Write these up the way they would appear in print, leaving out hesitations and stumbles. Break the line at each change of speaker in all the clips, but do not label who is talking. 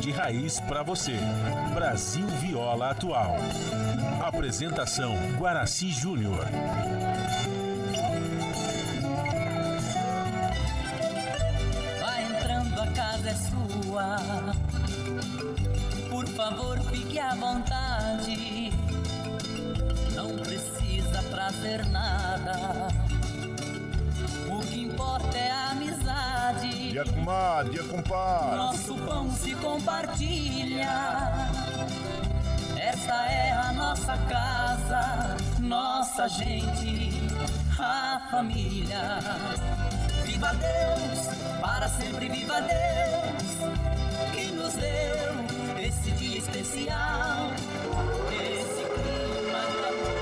de raiz para você. Brasil Viola Atual. Apresentação Guaraci Júnior.
Vai entrando, a casa é sua. Por favor, fique à vontade. Não precisa trazer nada. O que importa é a amizade.
Dia comadre, dia compadre.
Nosso pão se compartilha. Esta é a nossa casa, nossa gente, a família. Viva Deus, para sempre viva Deus, que nos deu esse dia especial, esse clima de amor.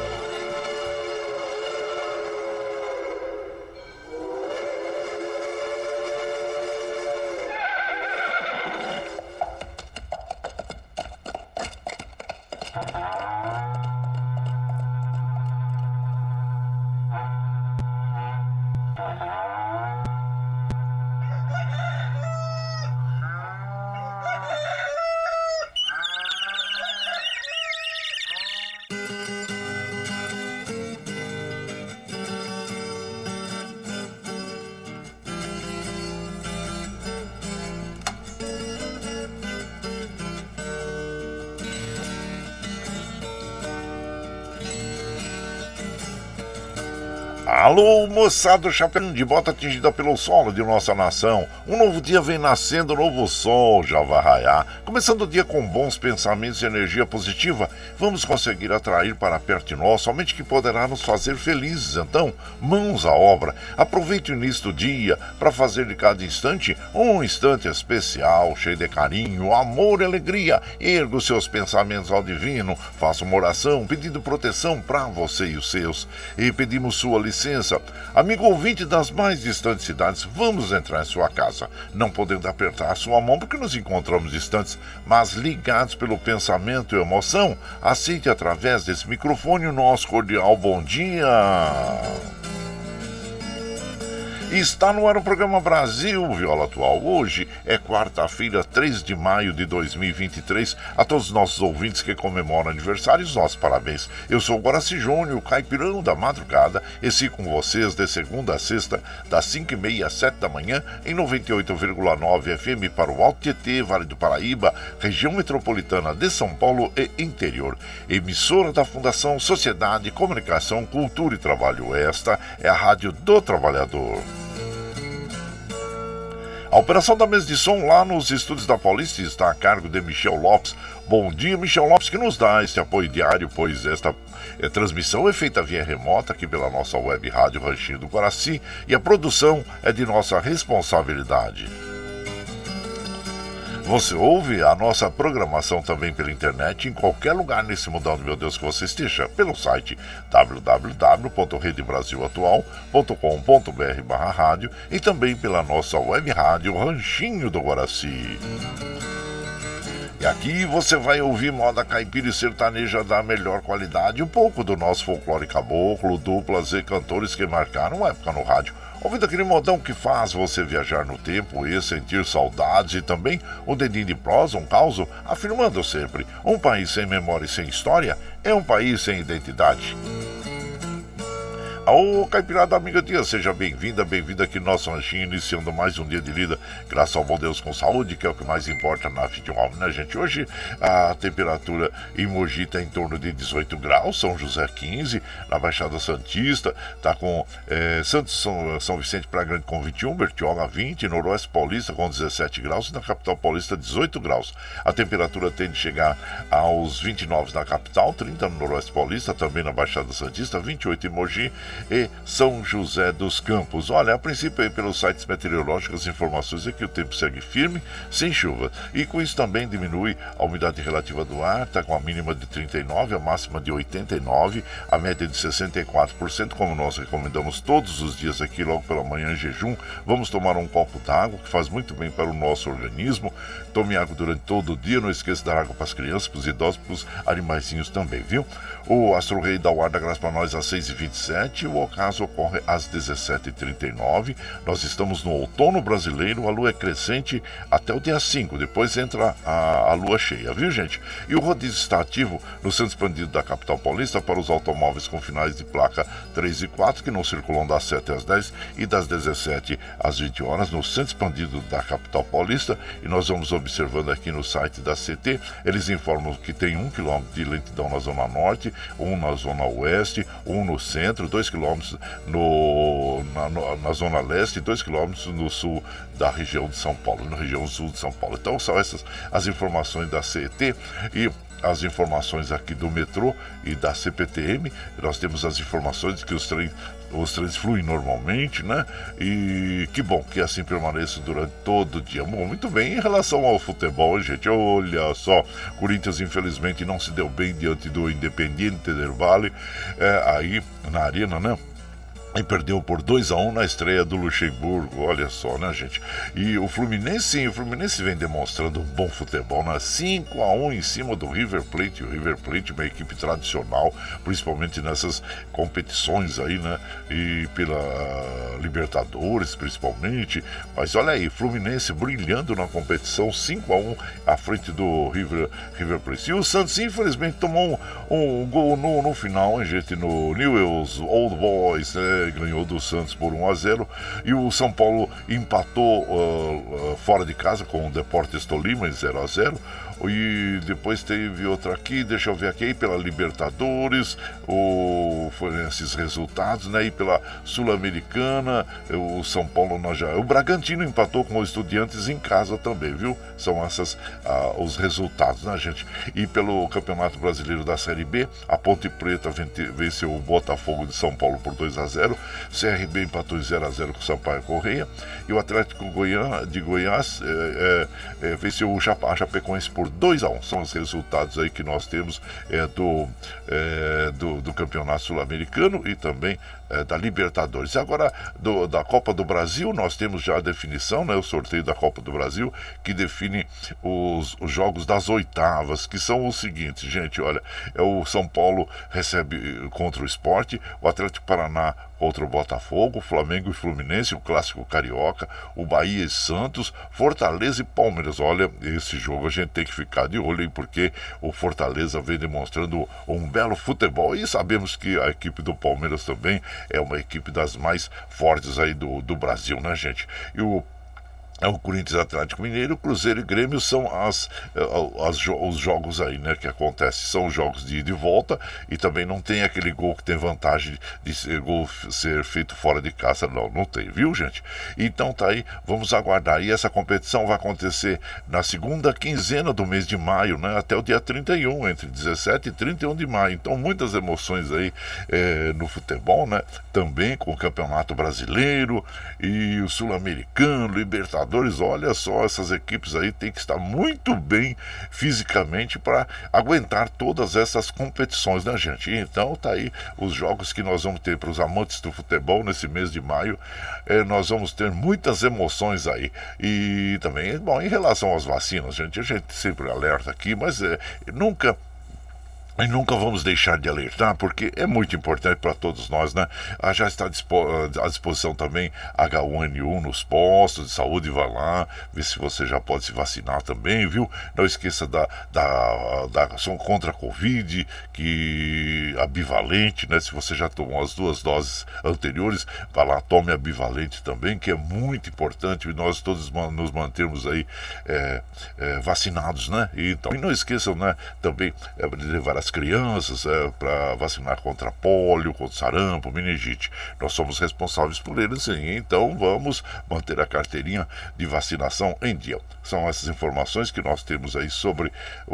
Alô, moçada, chapéu de bota atingida pelo solo de nossa nação. Um novo dia vem nascendo, um novo sol já vai raiar. Começando o dia com bons pensamentos e energia positiva, vamos conseguir atrair para perto de nós somente que poderá nos fazer felizes. Então, mãos à obra. Aproveite o início do dia para fazer de cada instante um instante especial, cheio de carinho, amor e alegria. Erga os seus pensamentos ao divino, faça uma oração pedindo proteção para você e os seus. E pedimos sua licença. Amigo ouvinte das mais distantes cidades, vamos entrar em sua casa. Não podendo apertar a sua mão porque nos encontramos distantes, mas ligados pelo pensamento e emoção, aceite através desse microfone o nosso cordial bom dia. Está no ar o programa Brasil Viola Atual. Hoje é quarta-feira, 3 de maio de 2023. A todos os nossos ouvintes que comemoram aniversários, nossos parabéns. Eu sou o Guaraci Júnior, o caipirão da madrugada, e sigo com vocês de segunda a sexta, das 5h30 às 7 da manhã, em 98,9 FM para o Alto Tietê, Vale do Paraíba, região metropolitana de São Paulo e interior. Emissora da Fundação Sociedade, Comunicação, Cultura e Trabalho. Esta é a Rádio do Trabalhador. A operação da mesa de som lá nos estúdios da Paulista está a cargo de Michel Lopes. Bom dia, Michel Lopes, que nos dá este apoio diário, pois esta transmissão é feita via remota aqui pela nossa web rádio Ranchinho do Guaraci e a produção é de nossa responsabilidade. Você ouve a nossa programação também pela internet em qualquer lugar nesse mundão, meu Deus, que você esteja, pelo site www.redebrasilatual.com.br/rádio e também pela nossa web rádio Ranchinho do Guaraci. E aqui você vai ouvir moda caipira e sertaneja da melhor qualidade, um pouco do nosso folclore caboclo, duplas e cantores que marcaram época no rádio. Ouvindo aquele modão que faz você viajar no tempo e sentir saudades, e também um dedinho de prosa, um causo, afirmando sempre: um país sem memória e sem história é um país sem identidade. Ô, caipirada amiga dia, seja bem-vinda, bem-vindo aqui no nosso ranchinho, iniciando mais um dia de lida, graças ao bom Deus com saúde, que é o que mais importa na vida de um homem, né, gente? Hoje a temperatura em Mogi está em torno de 18 graus, São José 15, na Baixada Santista, tá com São Vicente Praia Grande com 21, Bertioga 20, Noroeste Paulista com 17 graus e na capital paulista 18 graus. A temperatura tende a chegar aos 29 na capital, 30 no Noroeste Paulista, também na Baixada Santista, 28 em Mogi e São José dos Campos. Olha, a princípio aí pelos sites meteorológicos as informações é que o tempo segue firme, sem chuva, e com isso também diminui a umidade relativa do ar, está com a mínima de 39, a máxima de 89, a média de 64%, como nós recomendamos todos os dias aqui logo pela manhã em jejum. Vamos tomar um copo d'água, que faz muito bem para o nosso organismo. Tome água durante todo o dia, não esqueça de dar água para as crianças, para os idosos, para os animaizinhos também, viu? O Astro Rei dá o ar da graça para nós às 6h27, e o ocaso ocorre às 17h39. Nós estamos no outono brasileiro, a lua é crescente até o dia 5, depois entra a lua cheia, viu, gente? E o rodízio está ativo no centro expandido da capital paulista para os automóveis com finais de placa 3 e 4, que não circulam das 7 às 10 e das 17 às 20 horas no centro expandido da capital paulista. E nós vamos observando aqui no site da CT, eles informam que tem 1 km de lentidão na zona norte, 1 na zona oeste, 1 no centro, 2 km na zona leste e 2 km no sul da região de São Paulo, na região sul de São Paulo. Então são essas as informações da CET e as informações aqui do metrô e da CPTM. Nós temos as informações de que os trens fluem normalmente, né? E que bom que assim permaneça durante todo o dia. Bom, muito bem, em relação ao futebol, gente, olha só, Corinthians infelizmente não se deu bem diante do Independiente del Valle, aí na arena, né? E perdeu por 2-1 na estreia do Luxemburgo, olha só, né, gente? E o Fluminense vem demonstrando um bom futebol, né? 5-1 em cima do River Plate. O River Plate, uma equipe tradicional, principalmente nessas competições aí, né? E pela Libertadores, principalmente. Mas olha aí, Fluminense brilhando na competição, 5-1 à frente do River Plate. E o Santos, infelizmente, tomou um gol no final, hein, gente? No Newell's Old Boys, né? Ganhou do Santos por 1-0 e o São Paulo empatou fora de casa com o Deportes Tolima em 0-0. E depois teve outra aqui, deixa eu ver aqui, pela Libertadores, foram esses resultados, né? E pela Sul-Americana, o São Paulo o Bragantino empatou com os Estudiantes em casa também, viu? São esses os resultados, né, gente? E pelo Campeonato Brasileiro da Série B, a Ponte Preta venceu o Botafogo de São Paulo por 2-0, CRB empatou em 0-0 com o Sampaio Correia e o Atlético de Goiás venceu a Chapecoense por 2-1. São os resultados aí que nós temos do Campeonato Sul-Americano e também da Libertadores. Agora, da Copa do Brasil, nós temos já a definição, né, o sorteio da Copa do Brasil, que define os jogos das oitavas, que são os seguintes, gente, olha, o São Paulo recebe contra o Sport, o Atlético Paraná contra o Botafogo, Flamengo e Fluminense, o clássico carioca, o Bahia e Santos, Fortaleza e Palmeiras. Olha, esse jogo a gente tem que ficar de olho, hein, porque o Fortaleza vem demonstrando um belo futebol e sabemos que a equipe do Palmeiras também é uma equipe das mais fortes aí do Brasil, né, gente? E o Corinthians, Atlético Mineiro, Cruzeiro e Grêmio são os jogos aí, né, que acontecem. São jogos de volta e também não tem aquele gol que tem vantagem de gol ser feito fora de casa. Não tem, viu, gente? Então tá aí, vamos aguardar. E essa competição vai acontecer na segunda quinzena do mês de maio, né, até o dia 31, entre 17 e 31 de maio. Então muitas emoções aí no futebol, né? Também com o Campeonato Brasileiro e o Sul-Americano, Libertadores. Olha só, essas equipes aí têm que estar muito bem fisicamente para aguentar todas essas competições, né, gente? Então tá aí os jogos que nós vamos ter para os amantes do futebol nesse mês de maio. Nós vamos ter muitas emoções aí. E também, bom, em relação às vacinas, gente, a gente sempre alerta aqui, mas nunca vamos deixar de alertar, porque é muito importante para todos nós, né? Já está à disposição também H1N1 nos postos de saúde, vai lá, ver se você já pode se vacinar também, viu? Não esqueça da ação contra a Covid, que a bivalente, né? Se você já tomou as 2 doses anteriores, vai lá, tome a bivalente também, que é muito importante, e nós todos nos mantermos aí vacinados, né? E não esqueçam, né, também de levar as crianças para vacinar contra pólio, contra sarampo, meningite. Nós somos responsáveis por eles, sim. Então vamos manter a carteirinha de vacinação em dia. São essas informações que nós temos aí sobre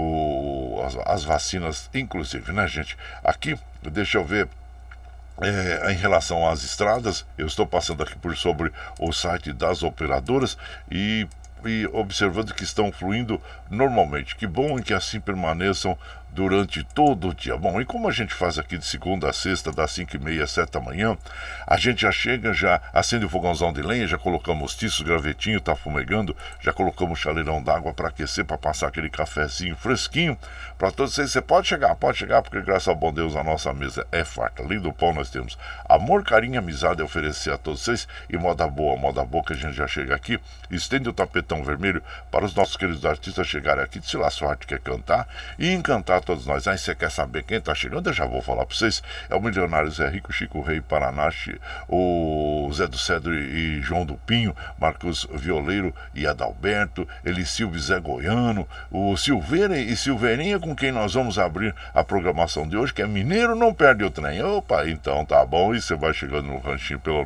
as vacinas, inclusive, né, gente? Aqui, deixa eu ver. Em relação às estradas, eu estou passando aqui sobre o site das operadoras e e observando que estão fluindo normalmente. Que bom que assim permaneçam durante todo o dia. Bom, e como a gente faz aqui de segunda a sexta, das 5h30 às 7 da manhã, a gente já chega, já acende o fogãozão de lenha, já colocamos tiços, gravetinho, tá fumegando, já colocamos chaleirão d'água para aquecer, para passar aquele cafezinho fresquinho para todos vocês. Você pode chegar, porque graças ao bom Deus a nossa mesa é farta. Além do pão, nós temos amor, carinho, amizade a oferecer a todos vocês e moda boa que a gente já chega aqui, estende o tapetão vermelho para os nossos queridos artistas chegarem aqui, se lá sua arte quer cantar e encantar todos nós. Aí você quer saber quem está chegando? Eu já vou falar para vocês. É o milionário Zé Rico, Chico Rei, Paraná, o Zé do Cedro e João do Pinho, Marcos Violeiro e Adalberto, Elissilvio e Zé Goiano, o Silveira e Silveirinha, com quem nós vamos abrir a programação de hoje, que é Mineiro Não Perde o Trem. Opa, então tá bom. E você vai chegando no ranchinho pelo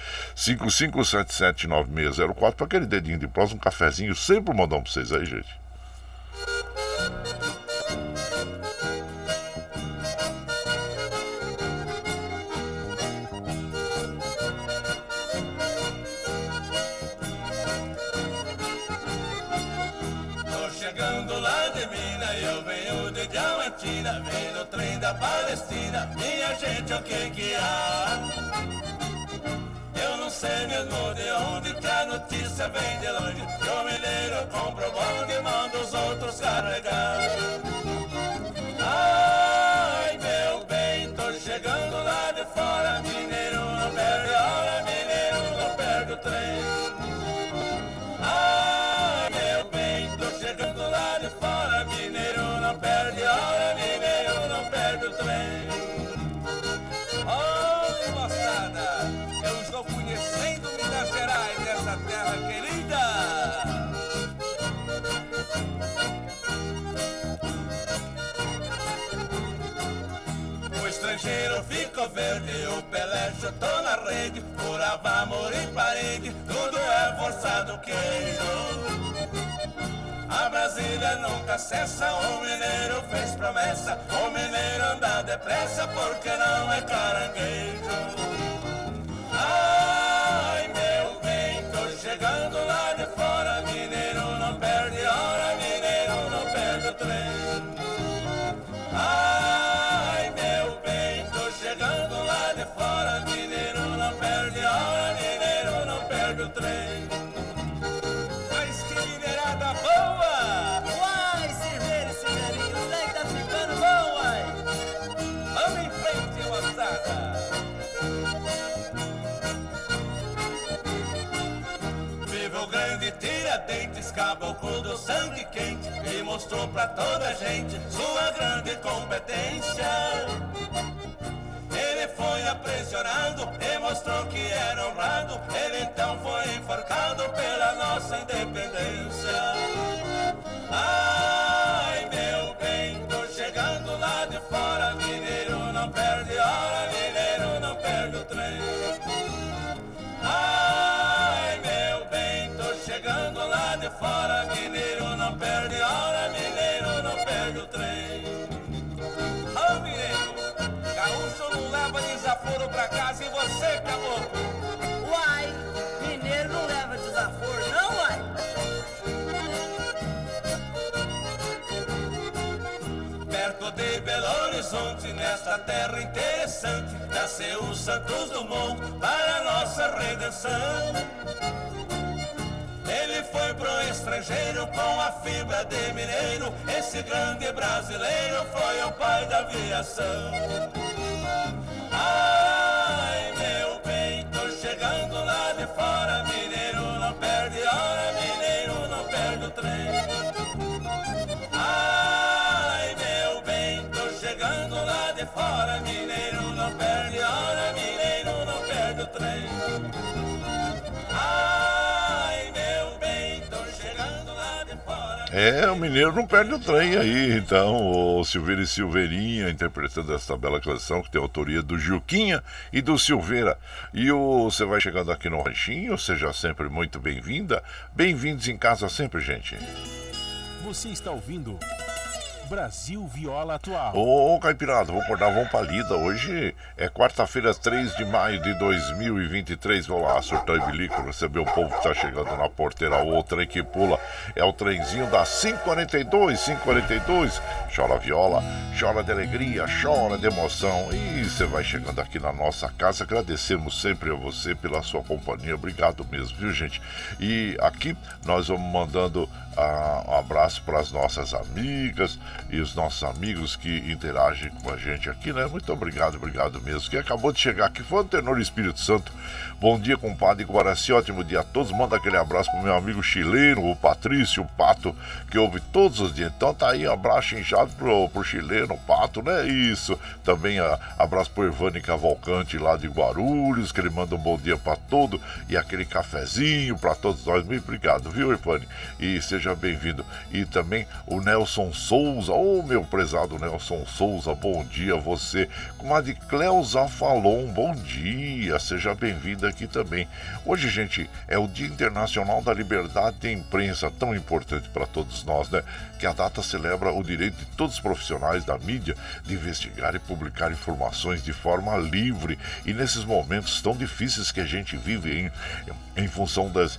955779604 para aquele dedinho de próximo, um cafezinho, sempre mandando para vocês aí, gente.
Vem no trem da Palestina, minha gente, o que há? Eu não sei mesmo de onde que a notícia vem de longe, que o mineiro compra o bonde e manda os outros carregar. Ai, meu bem, tô chegando lá de fora, mineiro não perde a hora, mineiro não perde o trem. Ai, meu bem, tô chegando lá de fora, mineiro não perde a hora. Oi, moçada, eu estou conhecendo Minas Gerais, essa terra querida. O estrangeiro ficou verde, o Pelé chutou na rede, furava amor em parede, tudo é forçado queijo. A Brasília nunca cessa, o mineiro fez promessa, o mineiro anda depressa porque não é caranguejo. Ai, meu bem, tô chegando lá de fora, mineiro não perde hora, mineiro não perde o trem. Ai, meu bem, tô chegando lá de fora, mineiro não perde hora, mineiro não perde o trem. Mas que mineirada boa! Uai, Silveira e Silveirinho, o trem tá ficando bom, uai! Vamos em frente, moçada! Viva o grande Tiradentes, caboclo do sangue quente, e mostrou pra toda a gente sua grande competência. Ele foi aprisionado e mostrou que era honrado, ele então foi enforcado pela nossa independência. Ai, meu bem, tô chegando lá de fora, mineiro não perde hora, mineiro não perde o trem. Ai, meu bem, tô chegando lá de fora, mineiro não perde hora, mineiro não perde o trem. Ô, mineiro, gaúcho não leva desaforo pra casa e você, caboclo?
Uai, mineiro não leva desaforo, não, uai?
Perto de Belo Horizonte, nesta terra interessante, nasceu o Santos Dumont para nossa redenção. Ele foi pro estrangeiro com a fibra de mineiro, esse grande brasileiro foi o pai da aviação. Ai, meu bem, tô chegando lá de fora, mineiro não perde hora, mineiro não perde o trem. Ai, meu bem, tô chegando lá de fora, mineiro não perde hora, mineiro não perde o trem. Ai, meu bem, tô chegando lá de fora.
O mineiro não perde o trem aí. Então, o Silveira e Silveirinha interpretando essa bela canção que tem a autoria do Juquinha e do Silveira. E você vai chegando aqui no ranchinho, seja sempre muito bem-vinda. Bem-vindos em casa sempre, gente.
Você está ouvindo Brasil Viola Atual.
Ô, Caipirada, vamos acordar, vamos pra lida. Hoje é quarta-feira, 3 de maio de 2023. Vamos lá, surtar e bilico, receber o povo que tá chegando na porteira. O trem que pula é o trenzinho da 542. Chora viola, chora de alegria, chora de emoção. E você vai chegando aqui na nossa casa. Agradecemos sempre a você pela sua companhia. Obrigado mesmo, viu, gente? E aqui nós vamos mandando um abraço para as nossas amigas e os nossos amigos que interagem com a gente aqui, né? Muito obrigado mesmo. Quem acabou de chegar aqui foi o Tenor Espírito Santo. Bom dia, compadre Guaraci, ótimo dia a todos. Manda aquele abraço pro meu amigo chileno, o Patrício, o Pato, que ouve todos os dias. Então tá aí, abraço inchado pro chileno, o Pato, né? Isso. Também abraço pro Evane Cavalcante lá de Guarulhos, que ele manda um bom dia pra todo e aquele cafezinho pra todos nós. Muito obrigado, viu, Evane? E seja bem-vindo. E também o Nelson Souza, meu prezado Nelson Souza, bom dia a você. Comadre Cleusa Falon, bom dia, seja bem-vinda aqui também. Hoje, gente, é o Dia Internacional da Liberdade de Imprensa, tão importante para todos nós, né? Que a data celebra o direito de todos os profissionais da mídia de investigar e publicar informações de forma livre. E nesses momentos tão difíceis que a gente vive em função das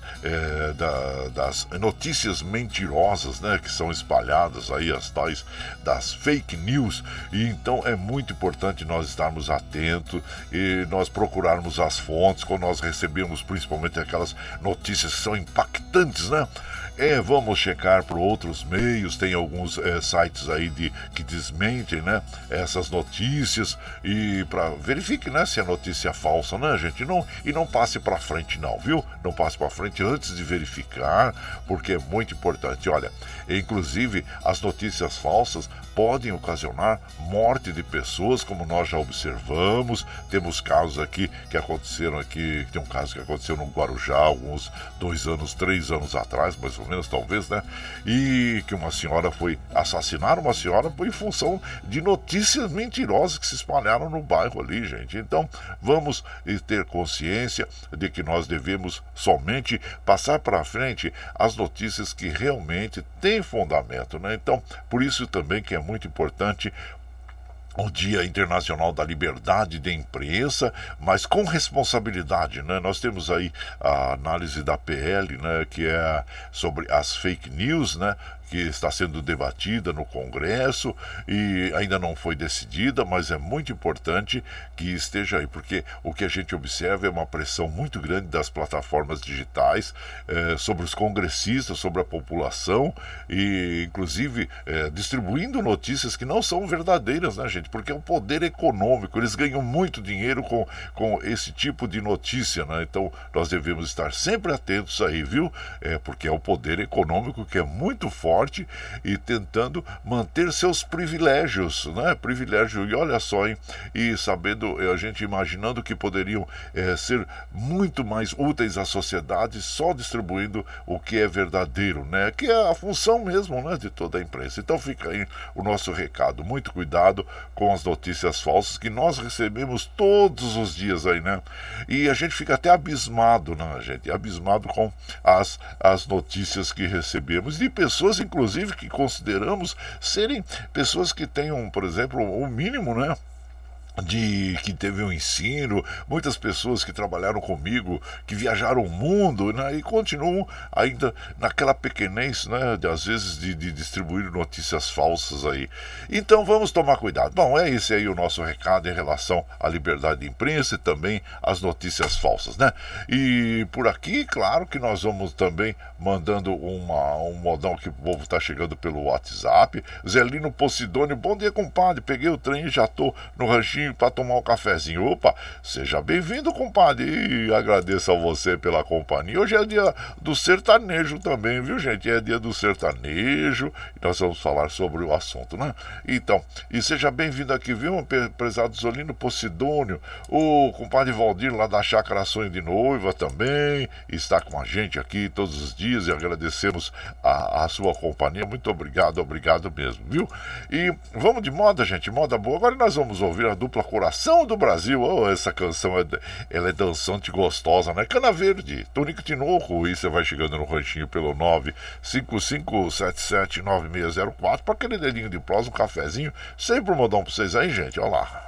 notícias mentirosas, né, que são espalhadas aí, as tais das fake news. E então é muito importante nós estarmos atentos e nós procurarmos as fontes quando nós recebemos principalmente aquelas notícias que são impactantes, né? Vamos checar por outros meios, tem alguns sites aí que desmentem, né, essas notícias e verifique, né, se a notícia é falsa, né, gente? Não passe para frente não, viu? Não passe para frente antes de verificar, porque é muito importante. Olha, inclusive as notícias falsas podem ocasionar morte de pessoas, como nós já observamos. Temos casos aqui que aconteceram aqui, tem um caso que aconteceu no Guarujá, alguns 2 anos, 3 anos atrás, mais ou menos, talvez, né? E que uma senhora foi assassinar uma senhora em função de notícias mentirosas que se espalharam no bairro ali, gente. Então, vamos ter consciência de que nós devemos somente passar para frente as notícias que realmente têm fundamento, né? Então, por isso também que é muito importante o Dia Internacional da Liberdade de Imprensa, mas com responsabilidade, né? Nós temos aí a análise da PL, né, que é sobre as fake news, né, que está sendo debatida no Congresso e ainda não foi decidida, mas é muito importante que esteja aí, porque o que a gente observa é uma pressão muito grande das plataformas digitais sobre os congressistas, sobre a população e, inclusive, distribuindo notícias que não são verdadeiras, né, gente? Porque é um poder econômico, eles ganham muito dinheiro com esse tipo de notícia, né? Então, nós devemos estar sempre atentos aí, viu? Porque é o poder econômico que é muito forte e tentando manter seus privilégios, né? Privilégio, e olha só, hein? E sabendo, a gente imaginando que poderiam ser muito mais úteis à sociedade só distribuindo o que é verdadeiro, né? Que é a função mesmo, né, de toda a imprensa. Então fica aí o nosso recado, muito cuidado com as notícias falsas que nós recebemos todos os dias aí, né? E a gente fica até abismado, né, gente? Abismado com as notícias que recebemos de pessoas, inclusive, que consideramos serem pessoas que tenham, por exemplo, o mínimo, né, que teve um ensino, muitas pessoas que trabalharam comigo, que viajaram o mundo, né, e continuam ainda naquela pequenez, né, às vezes de distribuir notícias falsas aí. Então vamos tomar cuidado. Bom, é esse aí o nosso recado em relação à liberdade de imprensa e também às notícias falsas, né? E por aqui, claro que nós vamos também mandando um modão que o povo está chegando pelo WhatsApp. Zelino Posidônio, bom dia, compadre, peguei o trem e já tô no ranchinho para tomar um cafezinho. Opa, seja bem-vindo, compadre, e agradeço a você pela companhia. Hoje é dia do sertanejo também, viu, gente? É dia do sertanejo e nós vamos falar sobre o assunto, né? Então, e seja bem-vindo aqui, viu, prezado Zolino Posidônio, o compadre Valdir lá da Chácara Sonho de Noiva também está com a gente aqui todos os dias e agradecemos a sua companhia. Muito obrigado mesmo, viu? E vamos de moda, gente, moda boa. Agora nós vamos ouvir a dupla dupla Coração do Brasil. Oh, essa canção ela é dançante e gostosa, né? Cana Verde, Tonico Tinoco. E você vai chegando no ranchinho pelo 955779604 para aquele dedinho de prosa, um cafezinho. Sempre um modão pra vocês aí, gente. Olha lá.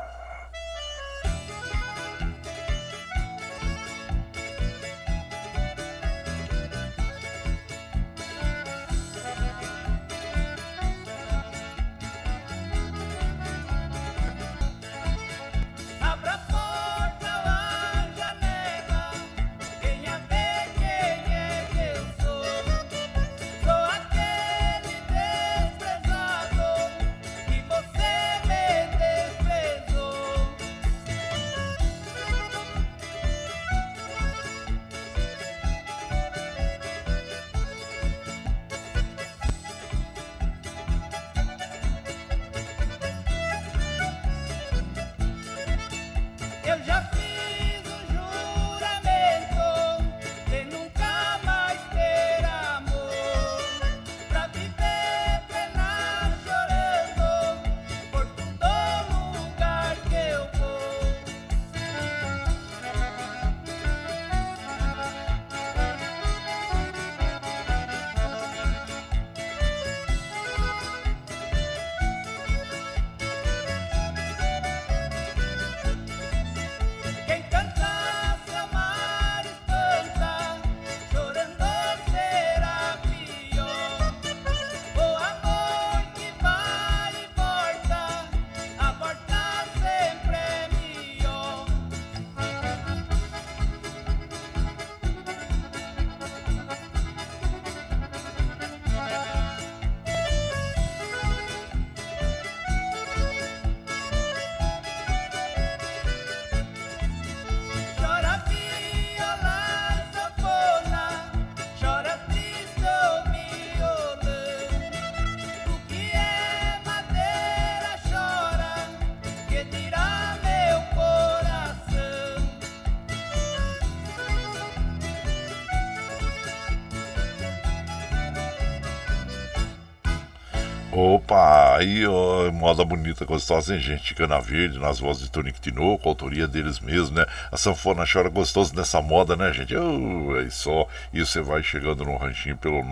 Opa, aí ó, moda bonita, gostosa, hein, gente? Cana Verde, nas vozes de Tonico Tinoco, autoria deles mesmos, né? A sanfona chora gostoso nessa moda, né, gente? Aí só, e você vai chegando no ranchinho pelo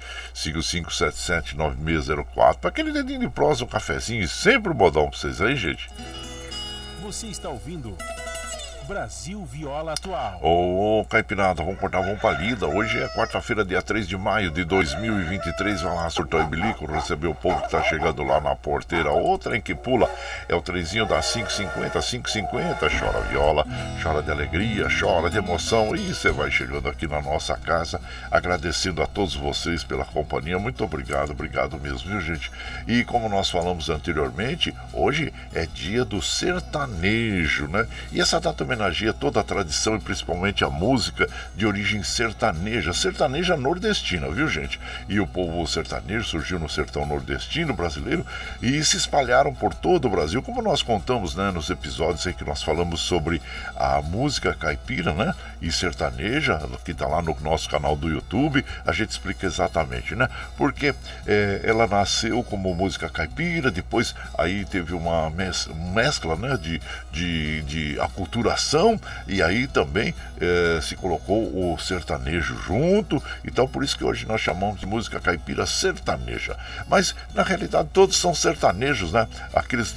955779604 para aquele dedinho de prosa, um cafezinho e sempre um modão pra vocês aí, gente.
Você está ouvindo Brasil Viola Atual.
Ô, Caipirada, vamos cortar, vamos pra lida. Hoje é quarta-feira, dia 3 de maio de 2023. Vai lá, Surtão e Bilico, receber o povo que tá chegando lá na porteira. Outra em que pula é o trenzinho das 5h50, 5h50. Chora viola, chora de alegria, chora de emoção. E você vai chegando aqui na nossa casa, agradecendo a todos vocês pela companhia. Muito obrigado, obrigado mesmo, viu, gente? E como nós falamos anteriormente, hoje é dia do sertanejo, né? E essa data homenageia toda a tradição e principalmente a música de origem sertaneja nordestina, viu, gente? E o povo sertanejo surgiu no sertão nordestino brasileiro e se espalharam por todo o Brasil, como nós contamos, né, nos episódios em que nós falamos sobre a música caipira, né, e sertaneja, que tá lá no nosso canal do YouTube. A gente explica exatamente, né, porque ela nasceu como música caipira, depois aí teve uma mescla, né, de aculturação, e aí também se colocou o sertanejo junto. Então por isso que hoje nós chamamos de música caipira sertaneja. Mas na realidade todos são sertanejos, né? Aqueles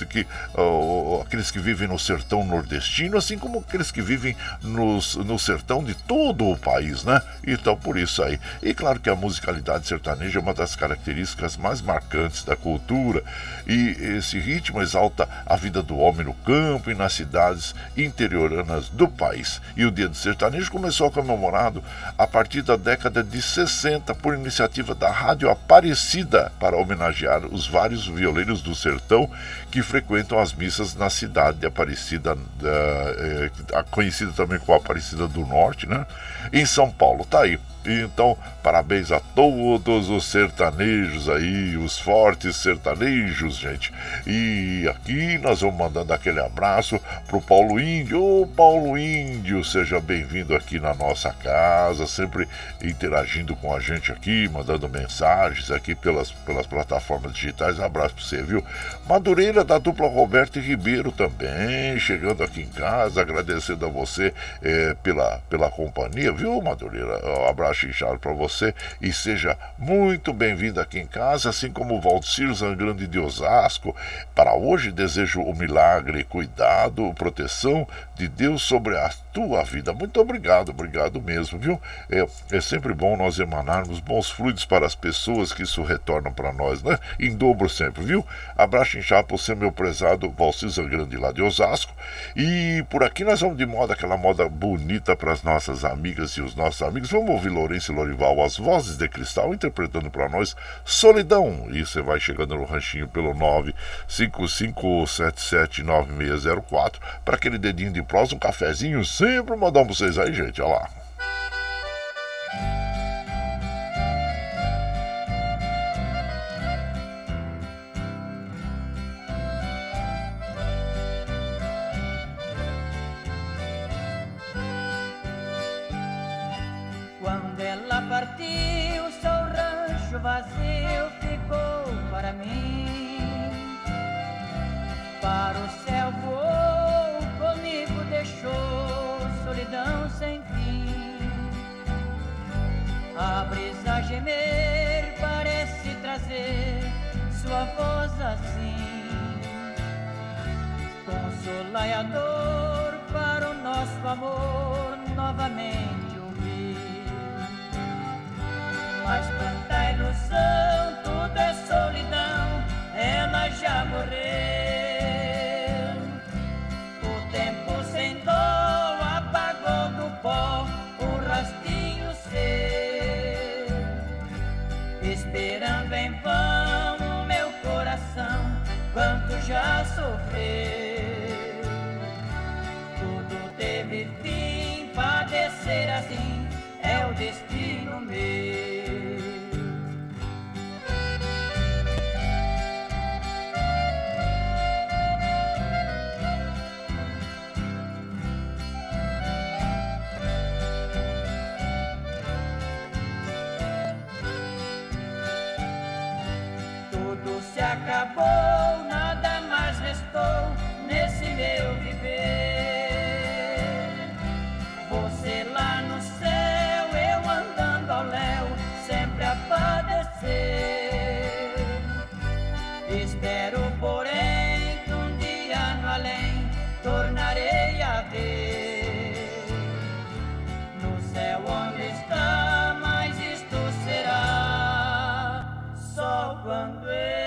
que vivem no sertão nordestino, assim como aqueles que vivem no sertão de todo o país, né? Então por isso aí. E claro que a musicalidade sertaneja é uma das características mais marcantes da cultura, e esse ritmo exalta a vida do homem no campo e nas cidades interioranas do país. E o Dia do Sertanejo começou a comemorado a partir da década de 60 por iniciativa da Rádio Aparecida, para homenagear os vários violeiros do sertão que frequentam as missas na cidade de Aparecida, conhecida também como Aparecida do Norte, né? Em São Paulo. Tá aí. Então, parabéns a todos os sertanejos aí, os fortes sertanejos, gente. E aqui nós vamos mandando aquele abraço pro Paulo Índio. Ô Paulo Índio, seja bem-vindo aqui na nossa casa, sempre interagindo com a gente aqui, mandando mensagens aqui pelas plataformas digitais. Um abraço pra você, viu? Madureira da dupla Roberto e Ribeiro também, chegando aqui em casa, agradecendo a você pela companhia, viu, Madureira? Um abraço inchado pra você e seja muito bem-vindo aqui em casa, assim como o Valcir Zangrande de Osasco. Para hoje desejo o milagre, cuidado, proteção de Deus sobre a tua vida. Muito obrigado mesmo, viu? É sempre bom nós emanarmos bons fluidos para as pessoas, que isso retorna para nós, né? Em dobro sempre, viu? Abraço inchado para você, meu prezado Valcir Zangrande lá de Osasco. E por aqui nós vamos de moda, aquela moda bonita para as nossas amigas e os nossos amigos. Vamos ouvir Lourenço e Lorival, as vozes de cristal, interpretando para nós Solidão. E você vai chegando no ranchinho pelo 955779604 para aquele dedinho de prosa, um cafezinho, sempre mandar pra vocês aí, gente, olha lá.
Quando ela partiu, seu rancho vazio ficou para mim. Para o céu voou, comigo deixou solidão sem fim. A brisa gemer parece trazer sua voz assim, consolar a dor para o nosso amor novamente ouvir. Mas quanta ilusão, tudo é solidão, ela já morreu. O tempo sem dó apagou do pó o rastinho seu, esperando em vão o meu coração, quanto já sofreu. Tudo teve fim, padecer assim é o destino meu. Acabou, nada mais restou nesse meu viver. Você lá no céu, eu andando ao léu, sempre a padecer. Espero, porém, que um dia no além tornarei a ver. No céu onde está, mas isto será só quando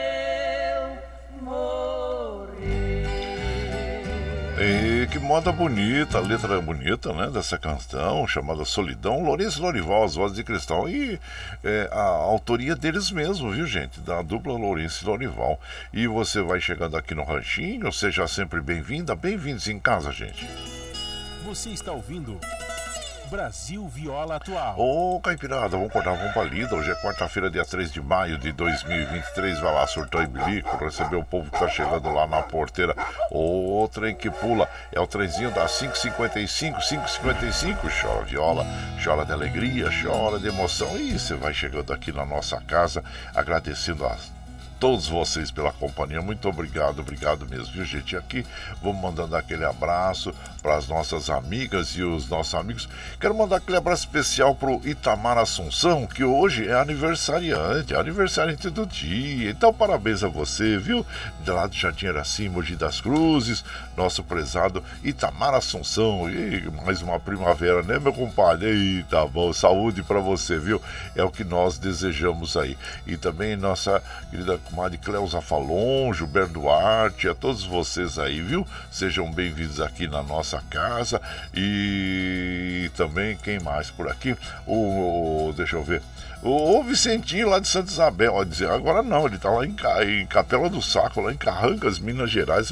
E que moda bonita, a letra é bonita, né, dessa canção chamada Solidão. Lourenço e Lorival, as vozes de cristal. E a autoria deles mesmo, viu, gente? Da dupla Lourenço e Lorival. E você vai chegando aqui no ranchinho, seja sempre bem-vinda, bem-vindos em casa, gente.
Você está ouvindo Brasil Viola Atual.
Ô, Caipirada, vamos cortar uma palida. Hoje é quarta-feira, dia 3 de maio de 2023. Vai lá, surtou e bilico, receber o povo que tá chegando lá na porteira. O trem que pula é o trenzinho das 5h55, 5h55. Chora viola, chora de alegria, chora de emoção. E você vai chegando aqui na nossa casa, agradecendo a todos vocês pela companhia. Muito obrigado mesmo, viu, gente? E aqui vamos mandando aquele abraço para as nossas amigas e os nossos amigos. Quero mandar aquele abraço especial pro Itamar Assunção, que hoje é aniversariante do dia. Então parabéns a você, viu? De lá do Jardim Araci, Mogi das Cruzes, nosso prezado Itamar Assunção. E mais uma primavera, né, meu compadre? Eita, bom, saúde para você, viu? É o que nós desejamos aí. E também nossa querida comadre Cleusa Falon, Gilberto Duarte, a todos vocês aí, viu? Sejam bem-vindos aqui na nossa casa. E também, quem mais por aqui? Deixa eu ver. O Vicentinho lá de Santa Isabel, ó, dizer, agora não, ele tá lá em Capela do Saco, lá em Carrancas, Minas Gerais.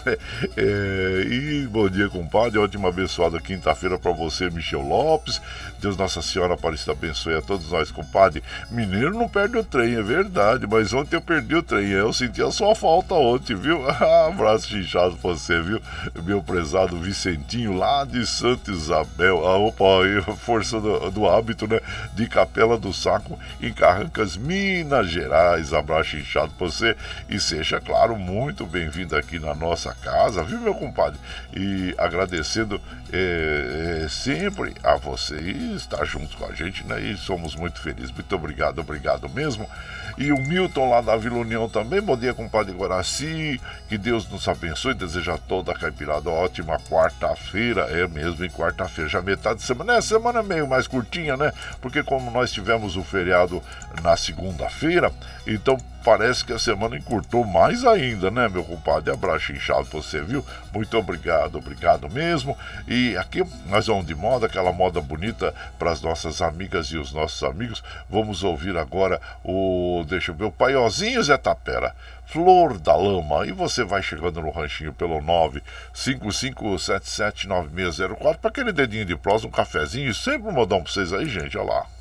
E bom dia, compadre, ótima abençoada quinta-feira pra você, Michel Lopes. Deus Nossa Senhora Aparecida abençoe a todos nós, compadre. Mineiro não perde o trem, é verdade, mas ontem eu perdi perdi o trem. Eu senti a sua falta ontem, viu? Abraço inchado pra você, viu? Meu prezado Vicentinho, lá de Santa Isabel. Opa, aí, força do hábito, né? De Capela do Saco, em Carrancas, Minas Gerais. Abraço inchado pra você. E seja, claro, muito bem-vindo aqui na nossa casa, viu, meu compadre? E agradecendo sempre a você e estar junto com a gente, né? E somos muito felizes. Muito obrigado mesmo. E o Milton lá da Vila União também. Bom dia, compadre Guaraci. Que Deus nos abençoe. Deseja a toda a caipirada ótima quarta-feira. É mesmo, em quarta-feira, já metade de semana. É, semana meio mais curtinha, né? Porque como nós tivemos o feriado na segunda-feira, então parece que a semana encurtou mais ainda, né, meu compadre? Abraço inchado pra você, viu? Muito obrigado mesmo. E aqui nós vamos de moda, aquela moda bonita para as nossas amigas e os nossos amigos. Vamos ouvir agora o Paiozinho Zé Tapera, Flor da Lama. E você vai chegando no ranchinho pelo 955779604 para aquele dedinho de prosa, um cafezinho e sempre um modão pra vocês aí, gente, olha lá.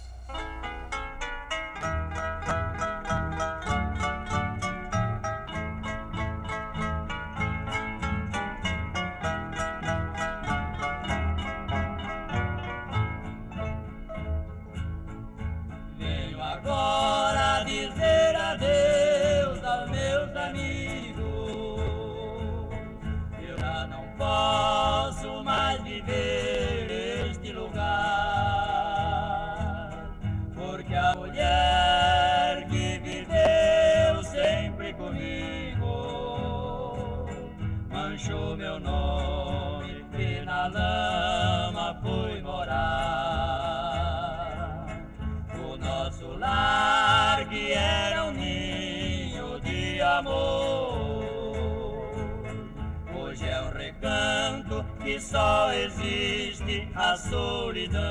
Que só existe a solidão,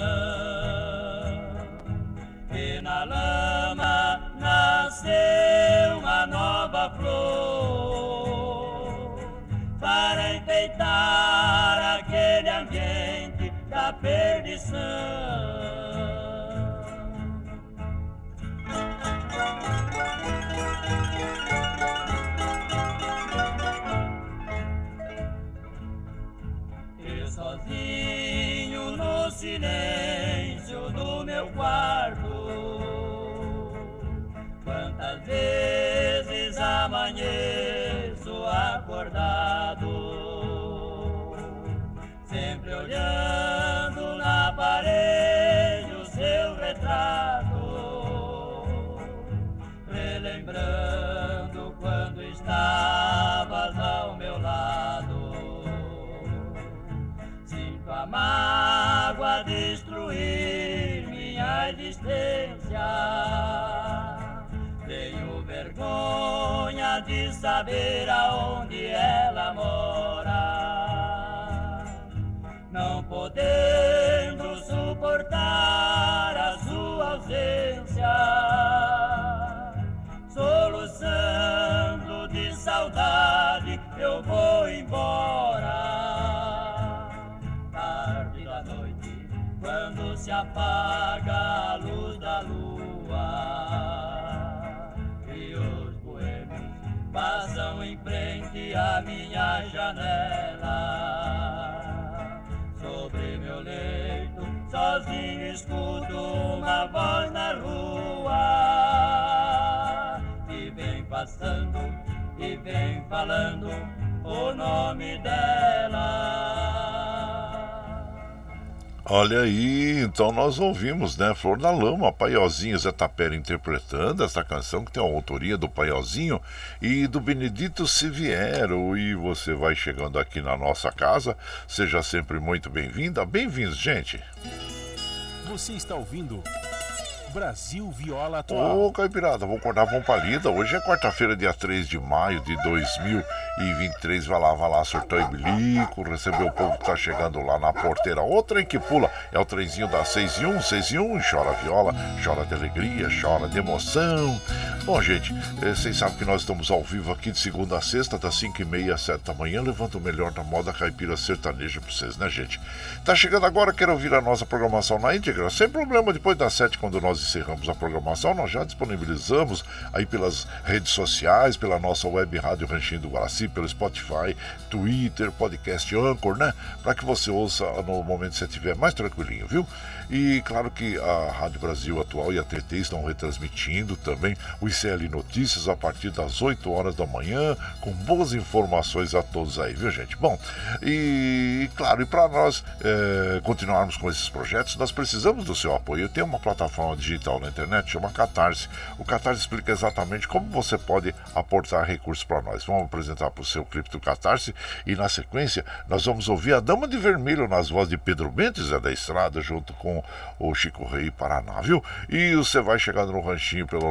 e na lama nasceu uma nova flor para enfeitar aquele ambiente da perdição. Sozinho no silêncio do meu quarto, quantas vezes amanheço acordado, sempre olhando na parede o seu retrato, relembrando quando estavas ao meu lado. A mágoa destruir minha existência. Tenho vergonha de saber aonde ela mora, não podendo suportar a sua ausência, soluçando de saudade eu vou embora. Quando se apaga a luz da lua e os boêmios passam em frente à minha janela, sobre meu leito sozinho escuto uma voz na rua que vem passando e vem falando o nome dela.
Olha aí, então nós ouvimos, né, Flor da Lama, Paiozinho Zé Tapera interpretando essa canção que tem a autoria do Paiozinho e do Benedito Siviero. E você vai chegando aqui na nossa casa, seja sempre muito bem-vinda, bem-vindos, gente.
Você está ouvindo Brasil Viola Atual.
Ô, Caipirada, vou acordar com palida. Hoje é quarta-feira, dia 3 de maio de 2023. Vai lá, surtou e bilico. Recebeu o povo que tá chegando lá na porteira. O trem que pula é o trenzinho da 6 e 1. Chora viola, chora de alegria, chora de emoção. Bom, gente, vocês sabem que nós estamos ao vivo aqui de segunda a sexta, das 5h30 às 7 da manhã. Levanta o melhor da moda caipira sertaneja pra vocês, né, gente? Tá chegando agora, quer ouvir a nossa programação na íntegra? Sem problema, depois das 7, quando nós nós encerramos a programação, nós já disponibilizamos aí pelas redes sociais, pela nossa web rádio Ranchinho do Guaraci, pelo Spotify, Twitter, podcast Anchor, né? Para que você ouça no momento que você estiver mais tranquilinho, viu? E claro que a Rádio Brasil Atual e a TT estão retransmitindo também o ICL Notícias a partir das 8 horas da manhã, com boas informações a todos aí, viu, gente? Bom, e claro, e para nós continuarmos com esses projetos, nós precisamos do seu apoio. Tem uma plataforma digital na internet, chama Catarse. O Catarse explica exatamente como você pode aportar recursos para nós. Vamos apresentar para o seu Cripto Catarse e na sequência nós vamos ouvir a Dama de Vermelho nas vozes de Pedro Bentes, da Estrada, junto com o Chico Rei Paraná, viu? E você vai chegando no ranchinho pelo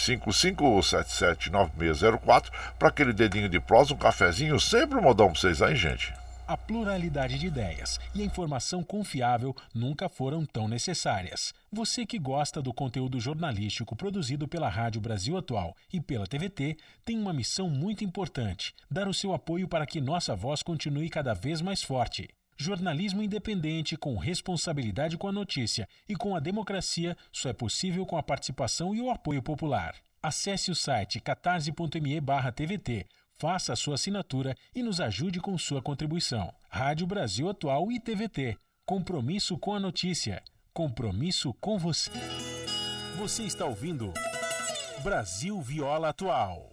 955779604 para aquele dedinho de prosa, um cafezinho, sempre um modão para vocês aí, gente.
A pluralidade de ideias e a informação confiável nunca foram tão necessárias. Você que gosta do conteúdo jornalístico produzido pela Rádio Brasil Atual e pela TVT tem uma missão muito importante: dar o seu apoio para que nossa voz continue cada vez mais forte. Jornalismo independente, com responsabilidade com a notícia e com a democracia, só é possível com a participação e o apoio popular. Acesse o site catarse.me/TVT, faça a sua assinatura e nos ajude com sua contribuição. Rádio Brasil Atual e TVT. Compromisso com a notícia. Compromisso com você. Você está ouvindo Brasil Viola Atual.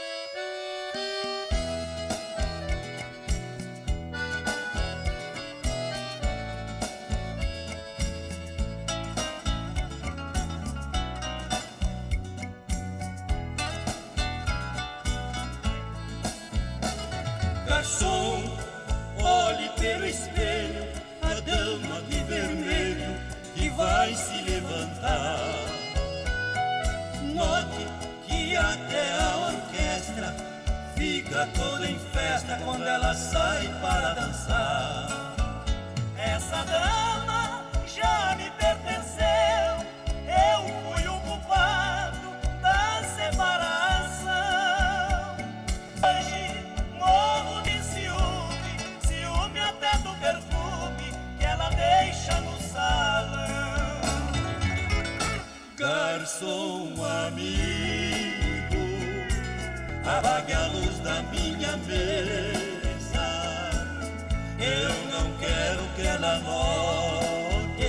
Garçom, olhe pelo espelho a dama de vermelho que vai se levantar. Note que até a orquestra fica toda em festa quando ela sai para dançar. Essa dama já me pertenceu, eu fui o culpado da separação. Hoje morro de ciúme até do perfume que ela deixa no salão. Garçom amigo, apague a luz da minha mesa. Eu não quero que ela note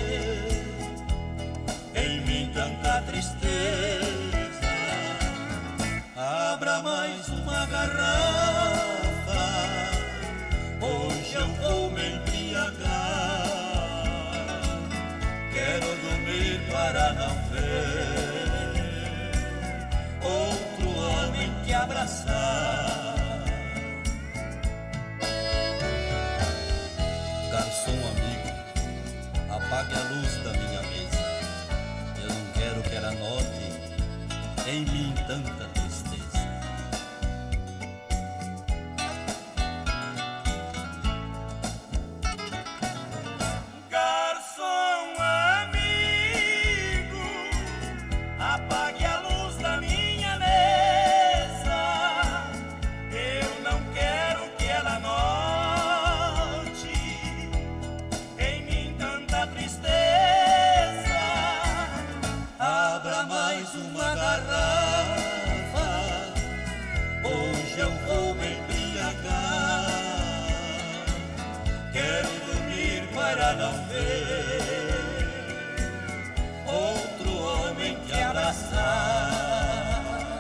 em mim tanta tristeza. Abra mais uma garrafa, hoje eu vou me embriagar. Quero dormir para não ver outro homem que abraçar. Garçom amigo, apague a luz da minha mesa. Eu não quero que ela note em mim tanta tristeza. Garçom amigo, apague a luz da minha mesa. Eu não quero que ela note em mim tanta tristeza. Abra mais uma garrafa, hoje eu vou me embriagar. Quero dormir para não ver outro homem que abraçar.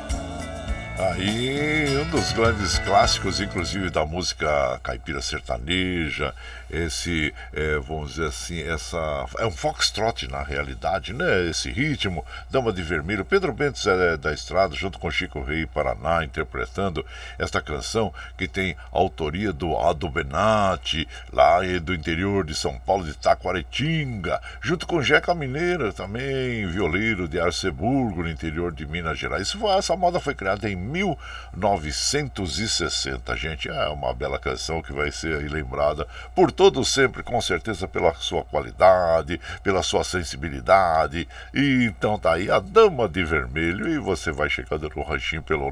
Aí, um dos grandes clássicos, inclusive, da música caipira sertaneja, vamos dizer assim, é um foxtrot na realidade, né? Esse ritmo, Dama de Vermelho, Pedro Bentes da Estrada, junto com Chico Rei Paraná, interpretando esta canção que tem autoria do Ado Benatti, lá do interior de São Paulo, de Taquaritinga, junto com Jeca Mineira, também violeiro de Arceburgo, no interior de Minas Gerais. Essa moda foi criada em 1960, gente. É uma bela canção que vai ser aí lembrada por todos sempre, com certeza, pela sua qualidade, pela sua sensibilidade. E então tá aí a Dama de Vermelho, e você vai chegando no ranchinho pelo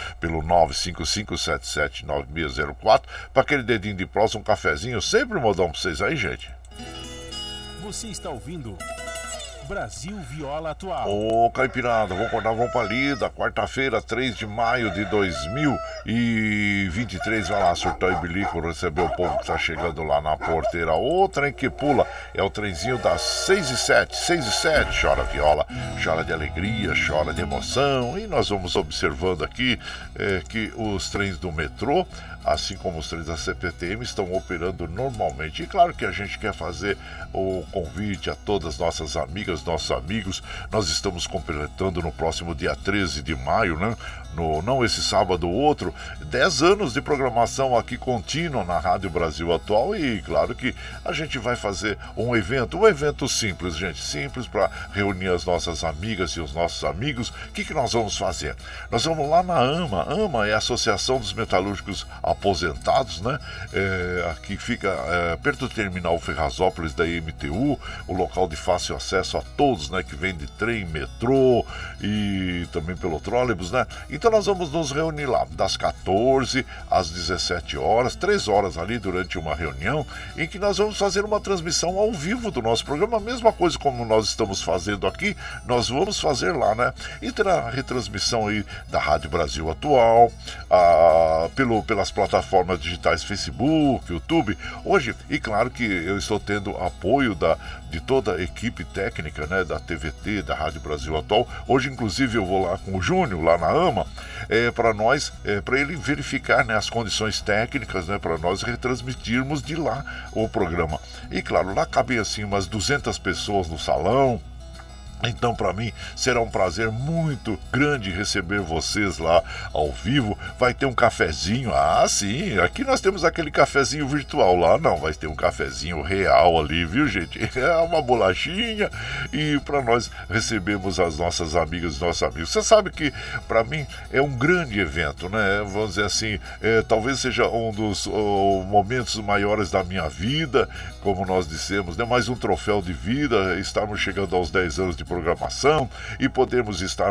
955779604 para aquele dedinho de prosa, um cafezinho, sempre um modão pra vocês aí, gente.
Você está ouvindo Brasil Viola Atual.
Ô, Caipirada, vamos acordar, vamos pra lida. Quarta-feira, 3 de maio de 2023. Vai lá, surtar e bilico, receber o povo que tá chegando lá na porteira. O trem que pula é o trenzinho das 6h07. 6h07, chora viola, chora de alegria, chora de emoção. E nós vamos observando aqui que os trens do metrô, assim como os trens da CPTM, estão operando normalmente. E claro que a gente quer fazer o convite a todas as nossas amigas, nossos amigos. Nós estamos completando no próximo dia 13 de maio, né? Não esse sábado, o outro, 10 anos de programação aqui contínua na Rádio Brasil Atual. E claro que a gente vai fazer um evento simples, gente, simples, para reunir as nossas amigas e os nossos amigos. O que nós vamos fazer? Nós vamos lá na AMA. AMA é a Associação dos Metalúrgicos Aposentados, né? Aqui fica perto do terminal Ferrazópolis da MTU, o local de fácil acesso a todos, né? Que vem de trem, metrô e também pelo trólebus, né? Então nós vamos nos reunir lá das 14 às 17 horas, 3 horas ali durante uma reunião, em que nós vamos fazer uma transmissão ao vivo do nosso programa, a mesma coisa como nós estamos fazendo aqui, nós vamos fazer lá, né? E terá a retransmissão aí da Rádio Brasil Atual, pelas plataformas digitais Facebook, YouTube, hoje, e claro que eu estou tendo apoio de toda a equipe técnica, né, da TVT, da Rádio Brasil Atual. Hoje, inclusive, eu vou lá com o Júnior, lá na AMA, para ele verificar, né, as condições técnicas, né, para nós retransmitirmos de lá o programa. E claro, lá cabem assim umas 200 pessoas no salão. Então, para mim, será um prazer muito grande receber vocês lá ao vivo. Vai ter um cafezinho. Ah, sim, aqui nós temos aquele cafezinho virtual. Lá não, vai ter um cafezinho real ali, viu, gente? É uma bolachinha e para nós recebermos as nossas amigas e nossos amigos. Você sabe que, para mim, é um grande evento, né? Vamos dizer assim, talvez seja um dos momentos maiores da minha vida, como nós dissemos, né? Mais um troféu de vida, estarmos chegando aos 10 anos de programação e podermos estar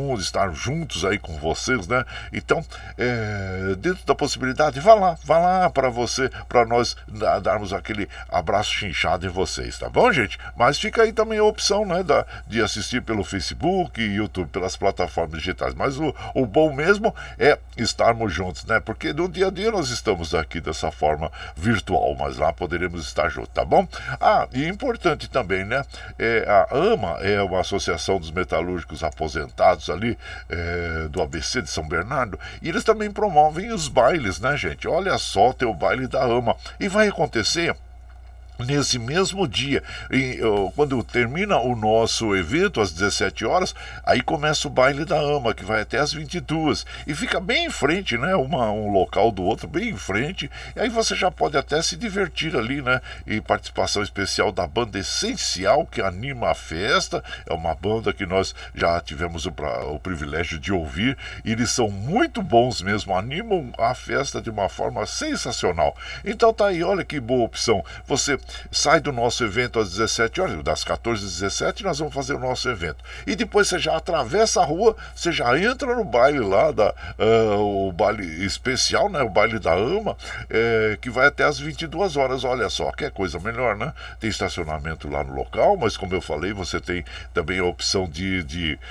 juntos aí com vocês, né? Então, dentro da possibilidade, vá lá para nós darmos aquele abraço chinchado em vocês, tá bom, gente? Mas fica aí também a opção, né, de assistir pelo Facebook e YouTube, pelas plataformas digitais. Mas o bom mesmo é estarmos juntos, né? Porque no dia a dia nós estamos aqui dessa forma virtual, mas lá poderemos estar juntos, tá bom? E importante também, né? A AMA é uma associação dos metalúrgicos aposentados ali do ABC de São Bernardo, e eles também promovem os bailes, né, gente? Olha só, tem o baile da AMA e vai acontecer nesse mesmo dia, quando termina o nosso evento às 17 horas, aí começa o baile da AMA, que vai até às 22 e fica bem em frente, né? Um local do outro, bem em frente, e aí você já pode até se divertir ali, né? E participação especial da banda Essencial, que anima a festa. É uma banda que nós já tivemos o privilégio de ouvir, e eles são muito bons mesmo, animam a festa de uma forma sensacional. Então tá aí, olha que boa opção. Você sai do nosso evento às 17 horas, das 14 às 17, nós vamos fazer o nosso evento. E depois você já atravessa a rua, você já entra no baile lá, o baile especial, né? O baile da AMA, que vai até às 22 horas. Olha só, que coisa melhor, né? Tem estacionamento lá no local, mas como eu falei, você tem também a opção de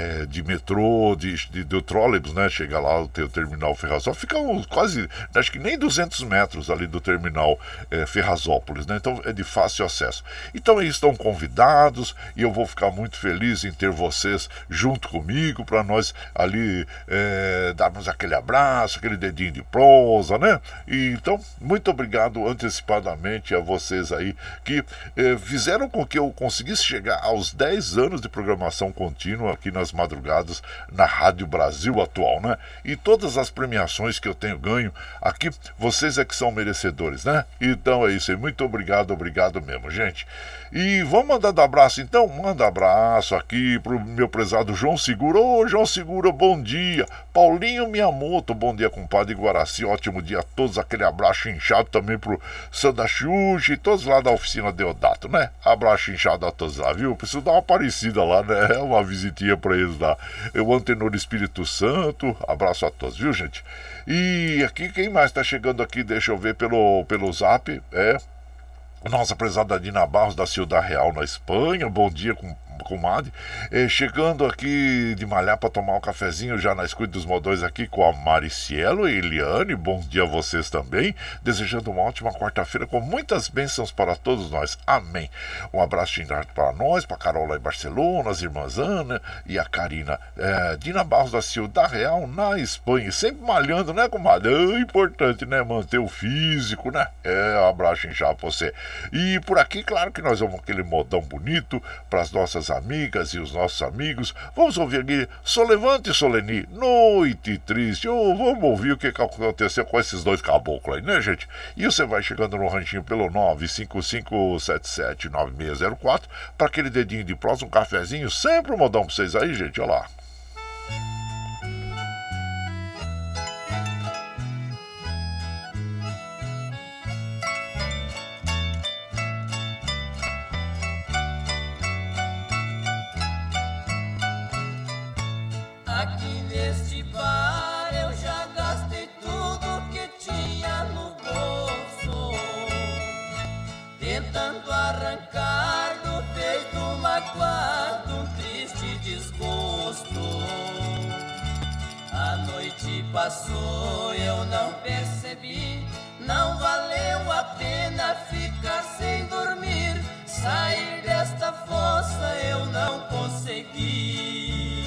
metrô, do trólebus, né? Chega lá, tem o terminal Ferrazópolis, fica quase, acho que nem 200 metros ali do terminal Ferrazópolis, né? Então é de fácil acesso. Então eles estão convidados e eu vou ficar muito feliz em ter vocês junto comigo para nós ali darmos aquele abraço, aquele dedinho de prosa, né? E então, muito obrigado antecipadamente a vocês aí que fizeram com que eu conseguisse chegar aos 10 anos de programação contínua aqui nas madrugadas na Rádio Brasil Atual, né? E todas as premiações que eu tenho ganho aqui, vocês é que são merecedores, né? Então é isso aí, muito obrigado mesmo, gente. E vamos mandar abraço então? Manda abraço aqui pro meu prezado João Segura. Ô, João Segura, bom dia. Paulinho Miyamoto, bom dia, compadre Guaraci, ótimo dia a todos. Aquele abraço inchado também pro Sanda Xuxa e todos lá da oficina Deodato, né? Abraço inchado a todos lá, viu? Preciso dar uma parecida lá, né? Uma visitinha pra eles lá. O Antenor Espírito Santo, abraço a todos, viu, gente? E aqui, quem mais tá chegando aqui? Deixa eu ver pelo zap, nossa prezada Dina Barros da Ciudad Real na Espanha, bom dia comadre. Chegando aqui de malhar para tomar um cafezinho já na escuta dos modões aqui com a Maricielo e Eliane. Bom dia a vocês também. Desejando uma ótima quarta-feira com muitas bênçãos para todos nós. Amém. Um abraço de para nós, para Carol lá em Barcelona, as irmãs Ana e a Karina. Dina Barros da Ciudad Real, na Espanha. Sempre malhando, né, comadre? É importante, né? Manter o físico, né? Um abraço inchado pra você. E por aqui, claro que nós vamos aquele modão bonito para as nossas amigas e os nossos amigos. Vamos ouvir aqui Solevante Soleni, Noite Triste. Vamos ouvir o que aconteceu com esses dois caboclos aí, né, gente? E você vai chegando no ranchinho pelo 955779604 para aquele dedinho de prosa, um cafezinho. Sempre um modão pra vocês aí, gente. Olha lá.
Aqui neste bar eu já gastei tudo que tinha no bolso, tentando arrancar do peito magoado um triste desgosto. A noite passou, eu não percebi, não valeu a pena ficar sem dormir. Sair desta fossa eu não consegui.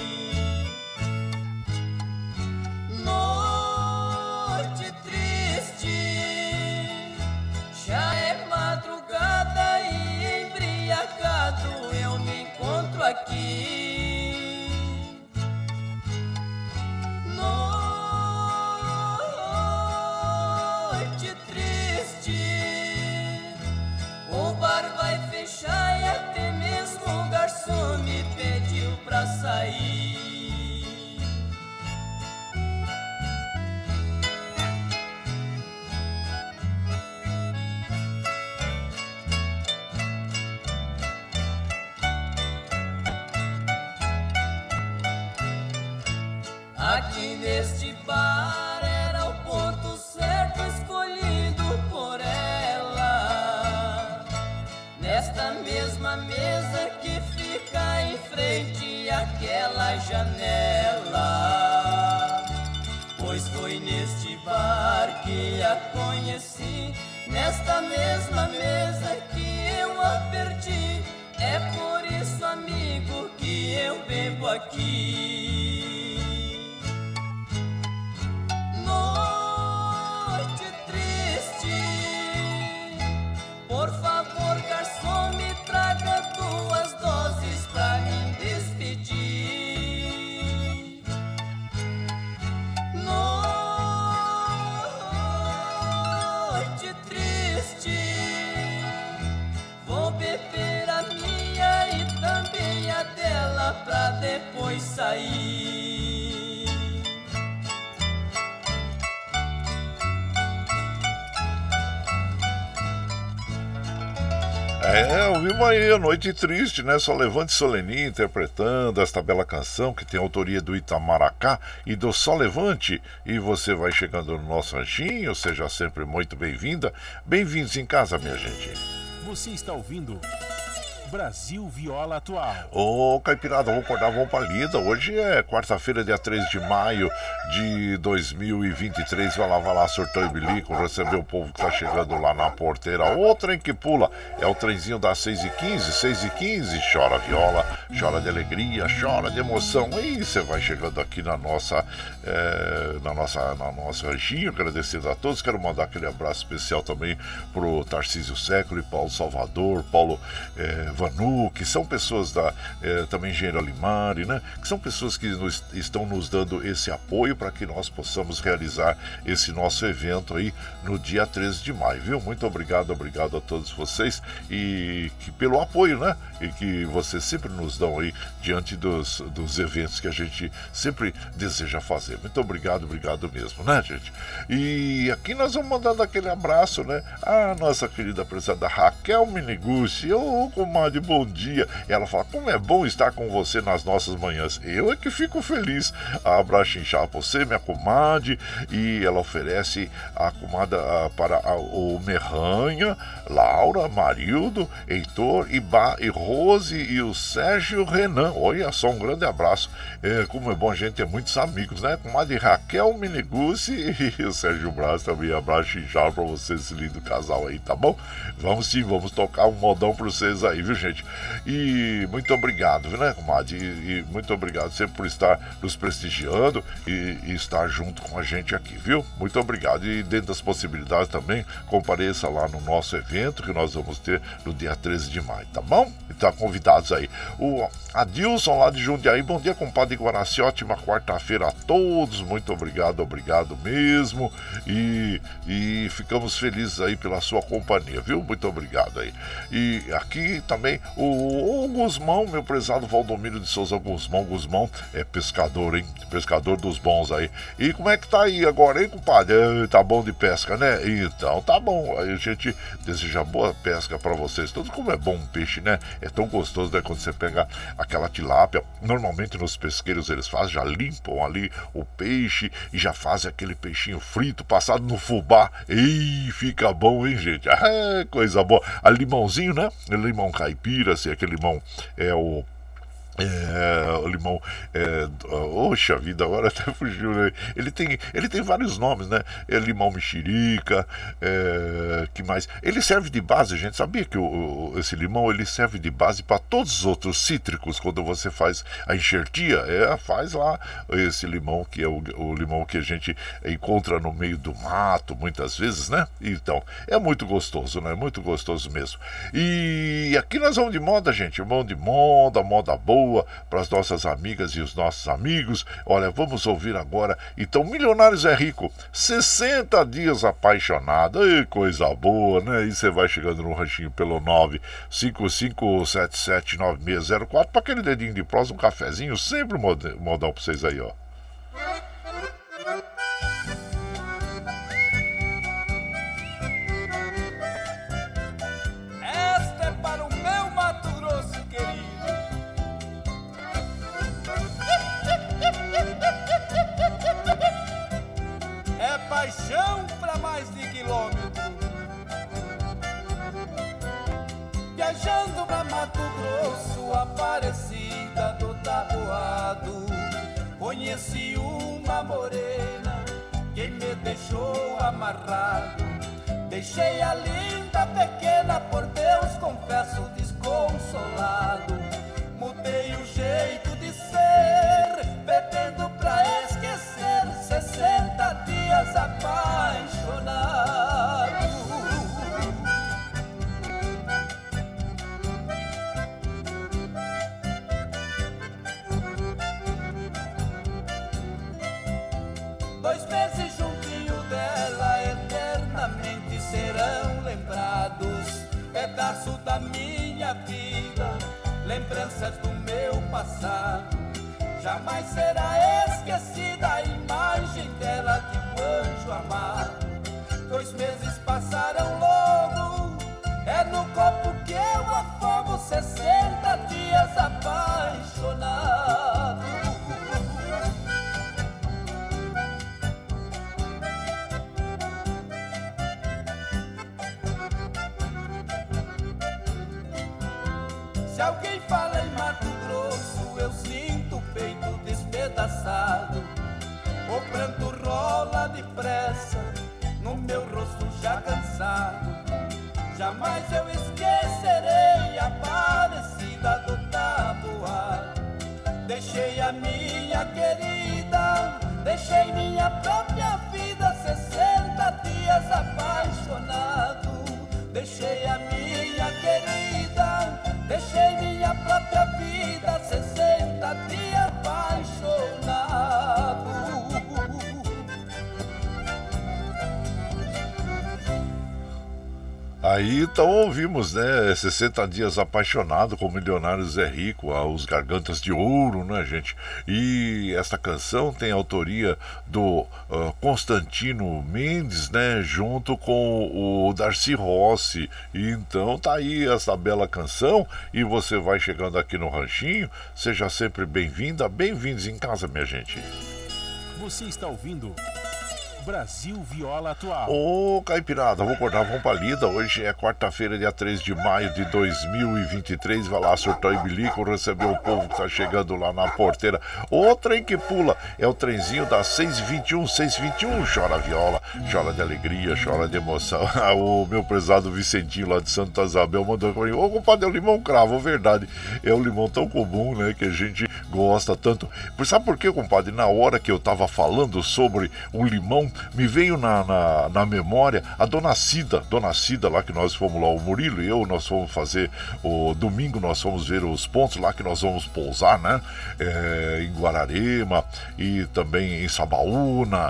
Noite triste, já é madrugada e embriagado eu me encontro aqui. Noite triste, o bar vai fechar e até mesmo o garçom me pediu pra sair. Aqui neste bar era o ponto certo escolhido por ela, nesta mesma mesa que fica em frente àquela janela. Pois foi neste bar que a conheci, nesta mesma mesa que eu a perdi. É por isso, amigo, que eu bebo aqui. Noite triste, por favor, garçom, me traga 2 doses pra me despedir. Noite triste, vou beber a minha e também a dela pra depois sair.
Ouvimos aí a Noite Triste, né? Solevante Soleni interpretando esta bela canção que tem autoria do Itamaracá e do Solevante. E você vai chegando no nosso ranchinho, seja sempre muito bem-vinda. Bem-vindos em casa, minha gente.
Você está ouvindo Brasil Viola Atual.
Ô, Caipirada, vamos acordar, vamos pra lida. Hoje é quarta-feira, dia 3 de maio de 2023. Vai lá, surtou e bilico, receber o povo que tá chegando lá na porteira. O trem que pula é o trenzinho das 6h15, 6h15. Chora viola, chora de alegria, chora de emoção. E você vai chegando aqui na nosso ranchinho, agradecendo a todos. Quero mandar aquele abraço especial também pro Tarcísio Século e Paulo Salvador, Paulo Vanu, que são pessoas também Engenheiro Alimari, né? Que são pessoas que estão nos dando esse apoio para que nós possamos realizar esse nosso evento aí no dia 13 de maio, viu? Muito obrigado a todos vocês e pelo apoio, né? E que vocês sempre nos dão aí diante dos eventos que a gente sempre deseja fazer. Muito obrigado mesmo, né, gente? E aqui nós vamos mandando aquele abraço, né? A nossa querida presidenta Raquel Miniguchi, comadre comadre, bom dia. Ela fala, como é bom estar com você nas nossas manhãs. Eu é que fico feliz. Abraço inchado pra você, minha comadre. E ela oferece a comada para o Merranha, Laura, Marildo, Heitor, e Rose e o Sérgio Renan. Olha só, um grande abraço. Como é bom a gente ter muitos amigos, né? Comadre Raquel Meneguzzi e o Sérgio Braz também. Abraço inchado pra vocês, esse lindo casal aí, tá bom? Vamos sim, vamos tocar um modão pra vocês aí, viu, gente? E muito obrigado, né, comadre? E muito obrigado sempre por estar nos prestigiando e estar junto com a gente aqui, viu? Muito obrigado. E dentro das possibilidades também, compareça lá no nosso evento que nós vamos ter no dia 13 de maio, tá bom? E tá convidados aí. O Adilson lá de Jundiaí, bom dia, compadre Guaraci, ótima quarta-feira a todos, muito obrigado, obrigado mesmo. E ficamos felizes aí pela sua companhia, viu? Muito obrigado aí. E aqui também o Guzmão, meu prezado Valdomiro de Souza Guzmão é pescador, hein? Pescador dos bons aí. E como é que tá aí agora, hein, compadre? Tá bom de pesca, né? Então tá bom. Aí a gente deseja boa pesca pra vocês todos. Como é bom um peixe, né? É tão gostoso, né? Quando você pega aquela tilápia. Normalmente nos pesqueiros eles fazem, já limpam ali o peixe e já fazem aquele peixinho frito, passado no fubá. Ei, fica bom, hein, gente? Ah, coisa boa. A limãozinho, né? Limão caipira, assim, aquele limão o limão, oxa vida, agora até fugiu, né? Ele tem vários nomes, né? Limão mexerica, que mais? Ele serve de base, gente, sabia que esse limão, ele serve de base para todos os outros cítricos, quando você faz a enxertia, faz lá esse limão, que é o limão que a gente encontra no meio do mato, muitas vezes, né? Então, é muito gostoso, né? Muito gostoso mesmo. E aqui nós vamos de moda, gente, vamos de moda boa, para as nossas amigas e os nossos amigos. Olha, vamos ouvir agora, então, Milionários é Rico, 60 dias apaixonado. Ei, coisa boa, né? E você vai chegando no ranchinho pelo 955779604 para aquele dedinho de prosa, um cafezinho, sempre modal para vocês aí, ó.
Esta é para o meu Mato Grosso querido. É paixão pra mais de quilômetro. Viajando pra Mato Grosso, Aparecida do Taboado, conheci uma morena que me deixou amarrado. Deixei a linda pequena, por Deus confesso desconsolado. Mudei o jeito de ser, bebendo pra esquecer, 60 dias apaixonado. Dois meses juntinho dela, eternamente serão lembrados. Pedaço da minha vida, lembranças do meu passado. Jamais será esquecida a imagem dela de um anjo amado. 2 meses passaram logo, é no copo que eu afogo, 60 dias apaixonado. Se alguém fala em Mato Grosso, eu sinto o peito despedaçado. O pranto rola depressa no meu rosto já cansado. Jamais eu esquecerei a Aparecida do Taboado. Deixei a minha querida, deixei minha própria vida, 60 dias apaixonado. Deixei a minha querida, deixei minha própria vida, 60 dias apaixonado.
Aí então ouvimos, né? 60 Dias Apaixonado com o milionário Zé Rico, os Gargantas de Ouro, né, gente? E essa canção tem autoria do Constantino Mendes, né? Junto com o Darcy Rossi. E então tá aí essa bela canção. E você vai chegando aqui no Ranchinho. Seja sempre bem-vinda, bem-vindos em casa, minha gente.
Você está ouvindo Brasil Viola Atual.
Ô, Caipirada, vou acordar, vamos pra lida. Hoje é quarta-feira, dia 3 de maio de 2023. Vai lá, surtou e bilico, receber o povo que tá chegando lá na porteira. O trem que pula é o trenzinho das 6h21, 6h21. Chora viola, chora de alegria, chora de emoção. O meu prezado Vicentinho lá de Santa Isabel mandou pra mim: ô, compadre, é o limão cravo, verdade. É um limão tão comum, né, que a gente gosta tanto. Sabe por quê, compadre? Na hora que eu tava falando sobre o limão, me veio na memória a Dona Cida lá que nós fomos lá, o Murilo e eu, nós fomos fazer o domingo, nós fomos ver os pontos lá que nós vamos pousar, né? Em Guararema e também em Sabaúna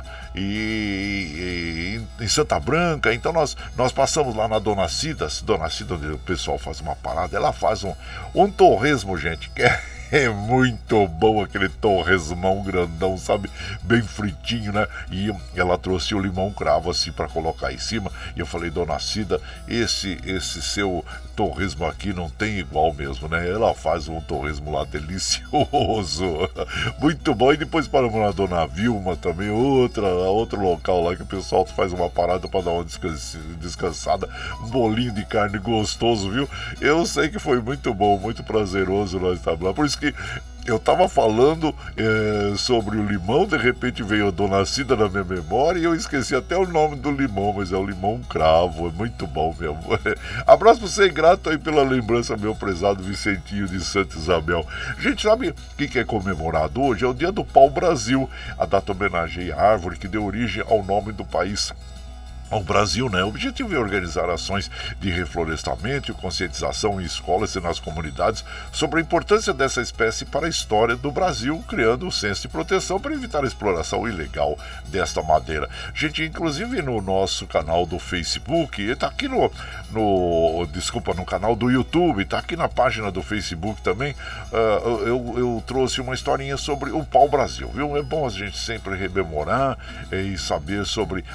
e em Santa Branca. Então nós passamos lá na Dona Cida, onde o pessoal faz uma parada, ela faz um torresmo, gente, que é muito bom aquele torresmão grandão, sabe? Bem fritinho, né? E ela trouxe o limão cravo assim pra colocar em cima. E eu falei: Dona Cida, esse seu torresmo aqui não tem igual mesmo, né? Ela faz um torresmo lá delicioso. Muito bom. E depois paramos na Dona Vilma também, outro local lá que o pessoal faz uma parada pra dar uma descansada. Um bolinho de carne gostoso, viu? Eu sei que foi muito bom, muito prazeroso nós estar lá. Por isso que eu tava falando sobre o limão, de repente veio a Dona Cida na minha memória e eu esqueci até o nome do limão, mas é o limão cravo, é muito bom mesmo. Abraço pra você e grato aí pela lembrança, meu prezado Vicentinho de Santa Isabel. Gente, sabe o que é comemorado hoje? É o dia do pau-brasil. A data homenageia a árvore que deu origem ao nome do país, ao Brasil, né? O objetivo é organizar ações de reflorestamento e conscientização em escolas e nas comunidades sobre a importância dessa espécie para a história do Brasil, criando um senso de proteção para evitar a exploração ilegal desta madeira. Gente, inclusive no nosso canal do Facebook, tá aqui no canal do YouTube, tá aqui na página do Facebook também, eu trouxe uma historinha sobre o pau-brasil, viu? É bom a gente sempre rememorar e saber sobre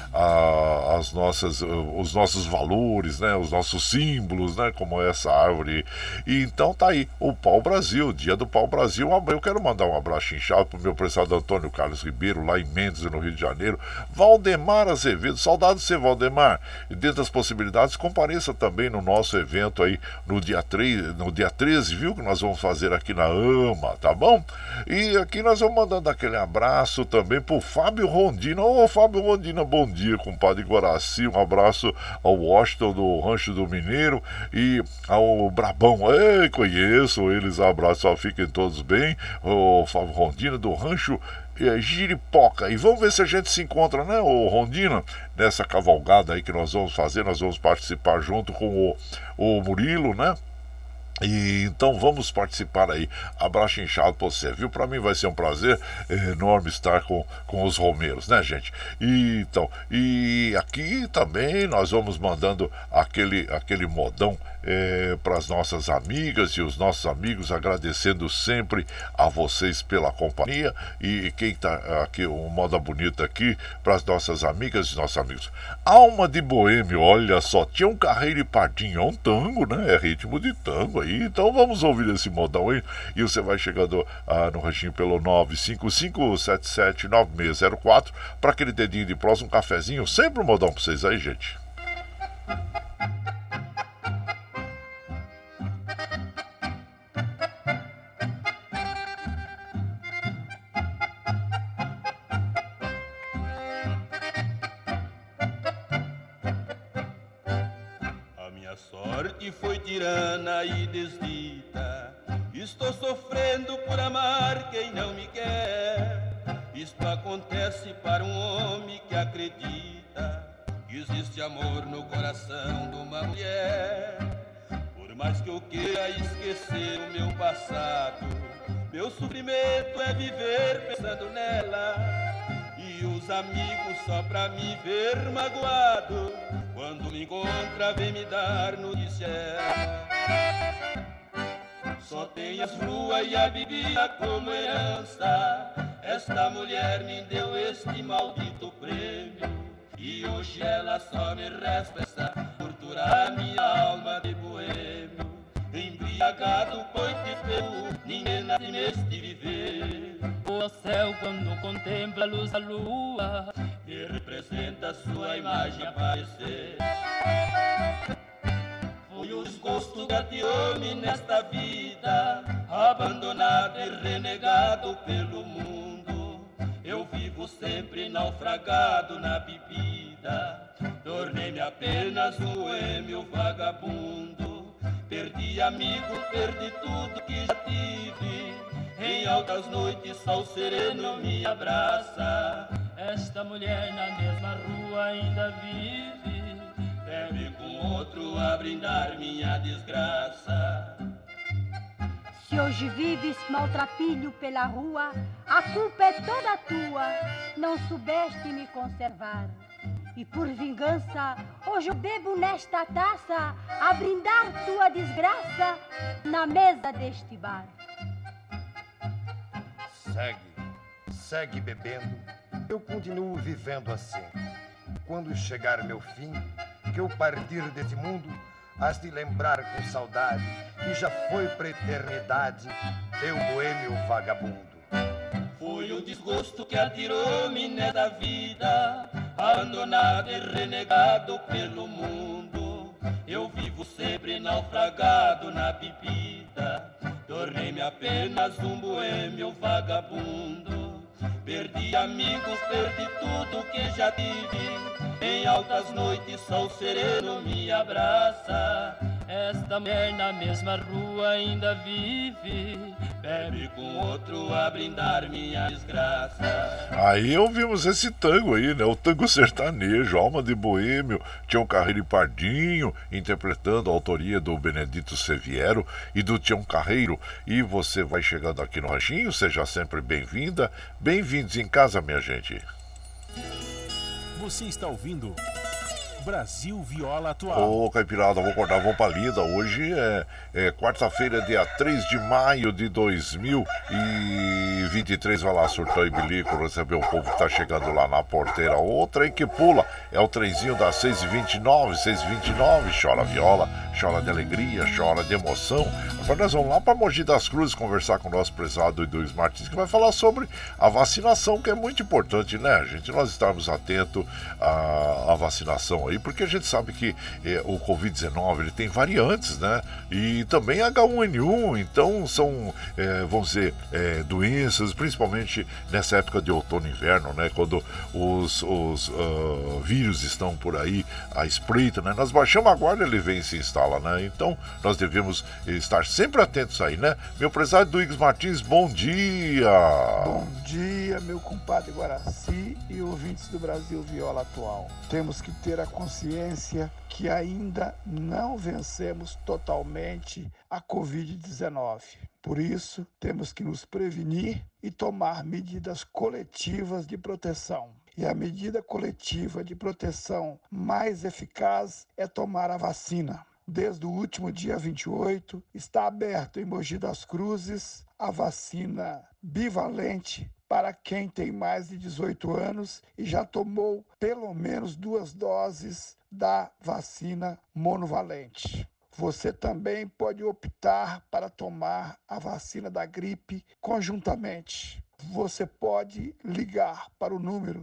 os nossos valores, né, os nossos símbolos, né, como essa árvore. E então tá aí, o pau-brasil, dia do pau-brasil. Eu quero mandar um abraço inchado pro meu prezado Antônio Carlos Ribeiro, lá em Mendes, no Rio de Janeiro. Valdemar Azevedo, saudade de você, Valdemar. E dentro das possibilidades, compareça também no nosso evento aí no dia 13, viu, que nós vamos fazer aqui na AMA, tá bom? E aqui nós vamos mandando aquele abraço também pro Fábio Rondina. Ô, Fábio Rondina, bom dia, compadre Guaraci. Um abraço ao Washington do Rancho do Mineiro e ao Brabão. Ei, conheço eles, abraço, fiquem todos bem. O Fábio Rondina do Rancho Giripoca. E vamos ver se a gente se encontra, né, o Rondina, nessa cavalgada aí que nós vamos fazer. Nós vamos participar junto com o Murilo, né? E então vamos participar aí. Abraço inchado pra você, viu? Pra mim vai ser um prazer enorme estar com os romeiros, né, gente? E aqui também nós vamos mandando aquele modão para as nossas amigas e os nossos amigos, agradecendo sempre a vocês pela companhia. E quem tá aqui, uma moda bonita aqui para as nossas amigas e nossos amigos. Alma de Boêmio, olha só, tinha um Carreiro e Pardinho, é um tango, né? É ritmo de tango aí. Então vamos ouvir esse modão aí. E você vai chegando no ranchinho pelo 955779604 para aquele dedinho de prosa, um cafezinho, sempre um modão para vocês aí, gente.
Sorte foi tirana e desdita. Estou sofrendo por amar quem não me quer. Isto acontece para um homem que acredita que existe amor no coração de uma mulher. Por mais que eu queira esquecer o meu passado, meu sofrimento é viver pensando nela. E os amigos só pra me ver magoado, Quando me encontra vem me dar notícia. Só tem as ruas e a bebida como herança. Esta mulher me deu este maldito prêmio e hoje ela só me resta essa torturar minha alma de boêmio. Embriagado, poite pelo, ninguém nada neste viver. O céu quando contempla a luz da lua, que representa sua imagem aparecer. Foi o desgosto que atirou-me nesta vida, abandonado e renegado pelo mundo. Eu vivo sempre naufragado na bebida, tornei-me apenas um boêmio vagabundo. Perdi amigos, perdi tudo que já tive. Em altas noites sol sereno me abraça. Esta mulher na mesma rua ainda vive, bebe com outro a brindar minha desgraça.
Se hoje vives maltrapilho pela rua, a culpa é toda tua, não soubeste me conservar. E por vingança, hoje eu bebo nesta taça, a brindar tua desgraça na mesa deste bar.
Segue bebendo, eu continuo vivendo assim. Quando chegar meu fim, que eu partir desse mundo, has de lembrar com saudade que já foi pra eternidade teu boêmio vagabundo.
Foi o desgosto que atirou-me nesta vida, abandonado e renegado pelo mundo. Eu vivo sempre naufragado na bebida, tornei-me apenas um boêmio vagabundo. Perdi amigos, perdi tudo que já tive. Em altas noites sol sereno me abraça. Esta mulher na mesma rua ainda vive, bebe com outro a brindar minha desgraça.
Aí ouvimos esse tango aí, né? O tango sertanejo, Alma de Boêmio, Tião Carreiro e Pardinho, interpretando a autoria do Benedito Seviero e do Tião Carreiro. E você vai chegando aqui no Ranchinho, seja sempre bem-vinda. Bem-vindos em casa, minha gente.
Você está ouvindo Brasil Viola Atual.
Ô, Caipirada, vou acordar, vou pra lida. Hoje é quarta-feira, dia 3 de maio de 2023. Vai lá, surtou e bilico, receber o povo que tá chegando lá na porteira. Outra aí que pula é o trenzinho das 6h29, 6h29. Chora viola, chora de alegria, chora de emoção. Agora nós vamos lá pra Mogi das Cruzes conversar com o nosso prezado Eduardo Martins, que vai falar sobre a vacinação, que é muito importante, né, gente? Nós estarmos atentos à vacinação aí, porque a gente sabe que o Covid-19 ele tem variantes, né? E também H1N1, então são, vamos dizer, doenças, principalmente nessa época de outono e inverno, né? Quando os vírus estão por aí à espreita, né? Nós baixamos a guarda, ele vem e se instala, né? Então nós devemos estar sempre atentos aí, né? Meu prezado Eduardo Martins, bom dia!
Bom dia, meu compadre Guaraci e ouvintes do Brasil Viola Atual. Temos que ter a consciência que ainda não vencemos totalmente a Covid-19. Por isso, temos que nos prevenir e tomar medidas coletivas de proteção. E a medida coletiva de proteção mais eficaz é tomar a vacina. Desde o último dia 28, está aberto em Mogi das Cruzes a vacina bivalente para quem tem mais de 18 anos e já tomou pelo menos 2 doses da vacina monovalente. Você também pode optar para tomar a vacina da gripe conjuntamente. Você pode ligar para o número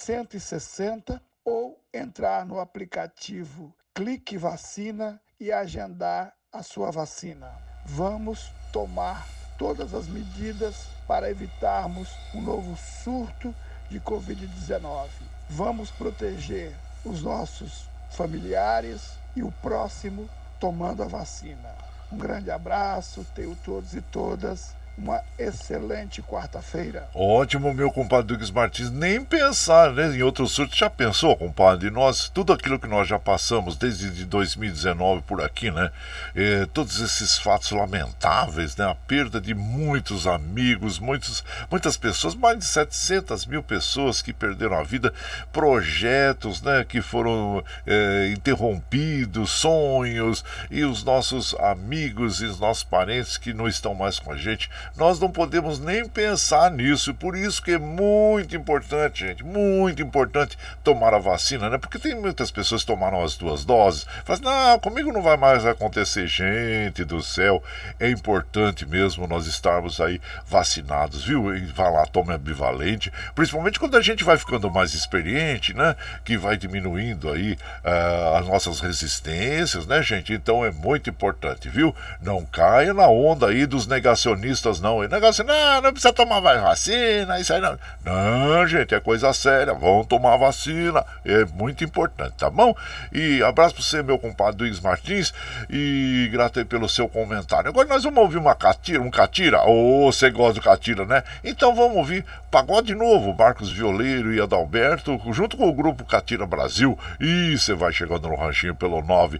160 ou entrar no aplicativo Clique Vacina e agendar a sua vacina. Vamos tomar todas as medidas para evitarmos um novo surto de Covid-19. Vamos proteger os nossos familiares e o próximo tomando a vacina. Um grande abraço, tenham todos e todas uma excelente quarta-feira.
Ótimo, meu compadre Douglas Martins. Nem pensar, né? Em outro surto. Já pensou, compadre? Nós, tudo aquilo que nós já passamos desde 2019 por aqui, né? Todos esses fatos lamentáveis, né? A perda de muitos amigos, muitas pessoas, mais de 700 mil pessoas que perderam a vida, projetos, né? Que foram interrompidos, sonhos, e os nossos amigos e os nossos parentes que não estão mais com a gente. Nós não podemos nem pensar nisso, por isso que é muito importante, gente, muito importante tomar a vacina, né? Porque tem muitas pessoas que tomaram as 2 doses, falam, não, comigo não vai mais acontecer. Gente do céu, é importante mesmo nós estarmos aí vacinados, viu? E vai lá, tome a bivalente, principalmente quando a gente vai ficando mais experiente, né? Que vai diminuindo aí as nossas resistências, né, gente? Então é muito importante, viu? Não caia na onda aí dos negacionistas, não. E não precisa tomar mais vacina, isso aí não. Não, gente, é coisa séria. Vão tomar vacina. É muito importante, tá bom? E abraço pra você, meu compadre Douglas Martins. E grato aí pelo seu comentário. Agora nós vamos ouvir um catira. Você gosta do catira, né? Então vamos ouvir pagode novo. Marcos Violeiro e Adalberto, junto com o grupo Catira Brasil. E você vai chegando no ranchinho pelo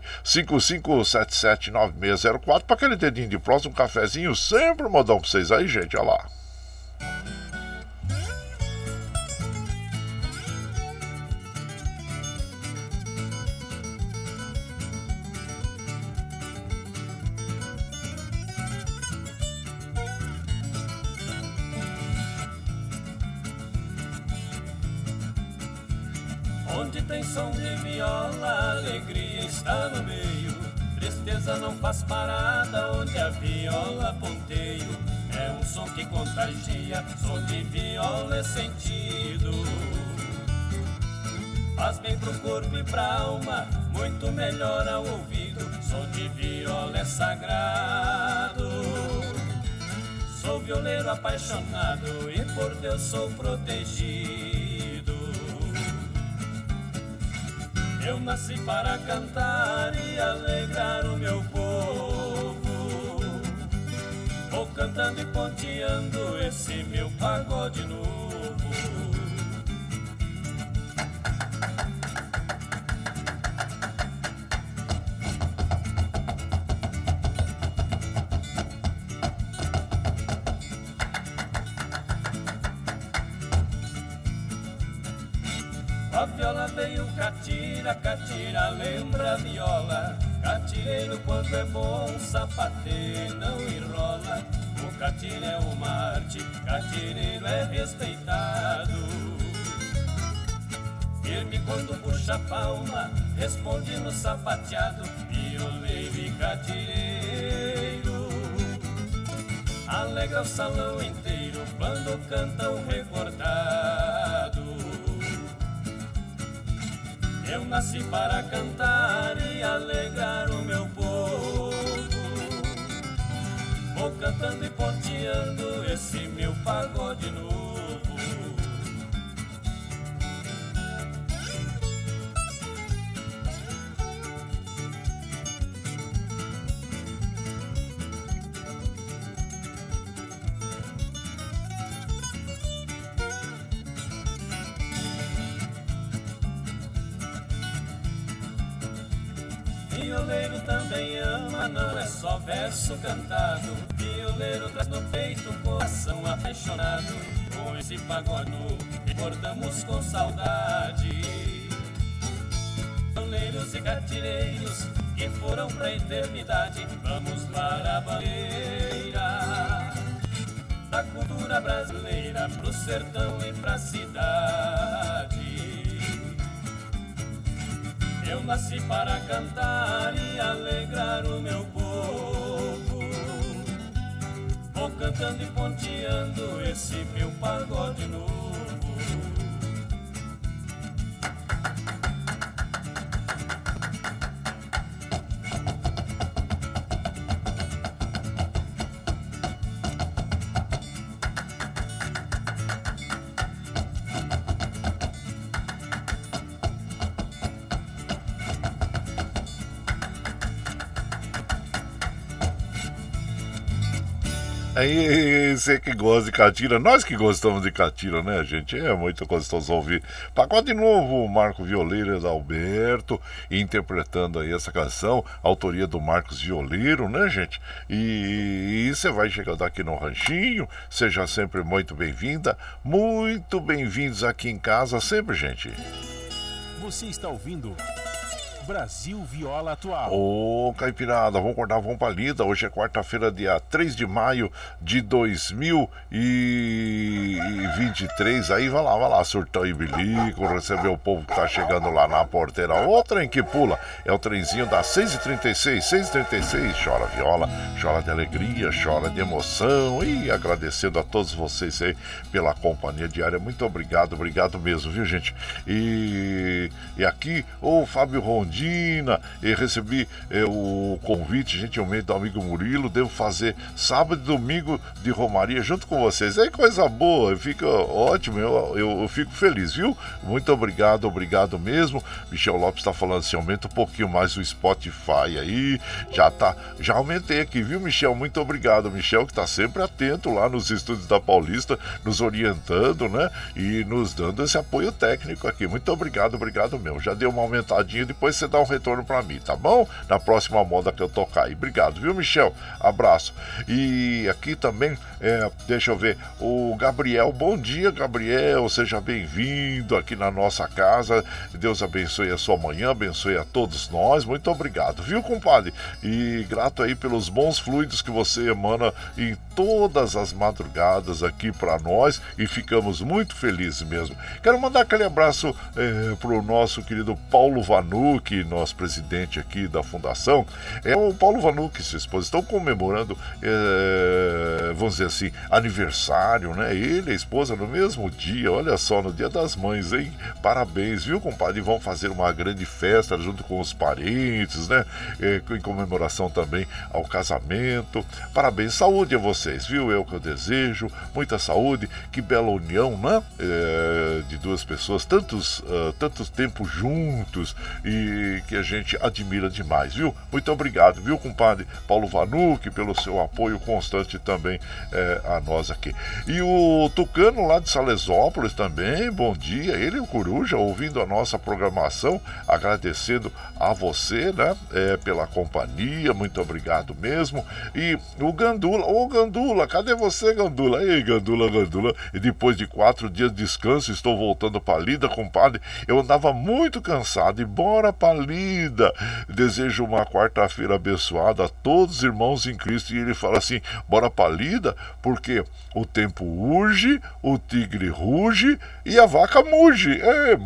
955779604 para aquele dedinho de próximo, um cafezinho, sempre modão pra vocês aí, gente, olha lá.
Onde tem som de viola, alegria está no meio. Tristeza não faz parada onde a viola ponteio. É um som que contagia, som de viola é sentido. Faz bem pro corpo e pra alma, muito melhor ao ouvido. Som de viola é sagrado. Sou violeiro apaixonado e por Deus sou protegido. Eu nasci para cantar e alegrar o meu povo. Vou cantando e ponteando esse meu pagode novo. A viola veio catira, catira lembra a viola. Catireiro quando é bom, sapateia não enrola. O catira é uma arte, catireiro é respeitado. Firme quando puxa a palma, responde no sapateado. Violeiro e catireiro alegra o salão inteiro quando cantam recordado. Eu nasci para cantar e alegrar o meu povo. Vou cantando e ponteando esse meu pagode novo. Violeiro também ama, não é só verso cantado. Violeiro traz no peito um coração apaixonado. Com esse pagode recordamos com saudade violeiros e catireiros que foram pra eternidade. Vamos para a bandeira da cultura brasileira, pro sertão e pra cidade. Eu nasci para cantar e alegrar o meu povo. Vou cantando e ponteando esse meu pagode novo.
Aí você que gosta de catira, nós que gostamos de catira, né, gente? É muito gostoso ouvir. Pagode novo, Marco Violeiro e Alberto, interpretando aí essa canção, autoria do Marcos Violeiro, né, gente? E você vai chegando aqui no Ranchinho, seja sempre muito bem-vinda, muito bem-vindos aqui em casa sempre, gente.
Você está ouvindo Brasil Viola Atual.
Ô, Caipirada, vamos acordar, vamos pra lida. Hoje é quarta-feira, dia 3 de maio de 2023. Aí vai lá, surtão e bilico, receber o povo que tá chegando lá na porteira. O trem que pula é o trenzinho das 6h36, 6h36. Chora viola, chora de alegria, chora de emoção. E agradecendo a todos vocês aí pela companhia diária. Muito obrigado mesmo, viu, gente? E aqui, o Fábio Rondi, e recebi o convite gentilmente do amigo Murilo. Devo fazer sábado e domingo de Romaria junto com vocês. É coisa boa, fica ótimo, eu fico feliz, viu? Muito obrigado mesmo. Michel Lopes está falando assim, aumenta um pouquinho mais o Spotify aí. Já aumentei aqui, viu, Michel? Muito obrigado, Michel, que está sempre atento lá nos estúdios da Paulista, nos orientando, né? E nos dando esse apoio técnico aqui. Muito obrigado mesmo. Já deu uma aumentadinha, depois você dá um retorno pra mim, tá bom? Na próxima moda que eu tocar aí. Obrigado, viu, Michel? Abraço. E aqui também, deixa eu ver, o Gabriel. Bom dia, Gabriel. Seja bem-vindo aqui na nossa casa. Deus abençoe a sua manhã, abençoe a todos nós. Muito obrigado, viu, compadre? E grato aí pelos bons fluidos que você emana em todas as madrugadas aqui pra nós e ficamos muito felizes mesmo. Quero mandar aquele abraço pro nosso querido Paulo Vanucci, nosso presidente aqui da fundação. O Paulo Vanucci e sua esposa estão comemorando, vamos dizer assim, aniversário, né? Ele e a esposa no mesmo dia, olha só, no Dia das Mães, hein? Parabéns, viu, compadre? E vão fazer uma grande festa junto com os parentes, né? Em comemoração também ao casamento. Parabéns, saúde a vocês, viu? É o que eu desejo, muita saúde, que bela união, né? De duas pessoas, tantos tempos juntos e que a gente admira demais, viu? Muito obrigado, viu, compadre Paulo Vanucci, pelo seu apoio constante também a nós aqui. E o Tucano lá de Salesópolis também, bom dia, ele e o Coruja, ouvindo a nossa programação, agradecendo a você, né, pela companhia, muito obrigado mesmo. E o Gandula, cadê você, Gandula? Ei, Gandula, e depois de 4 dias de descanso, estou voltando pra lida, compadre. Eu andava muito cansado e bora pra lida. Desejo uma quarta-feira abençoada a todos os irmãos em Cristo. E ele fala assim, bora pra lida, porque o tempo urge, o tigre ruge e a vaca muge.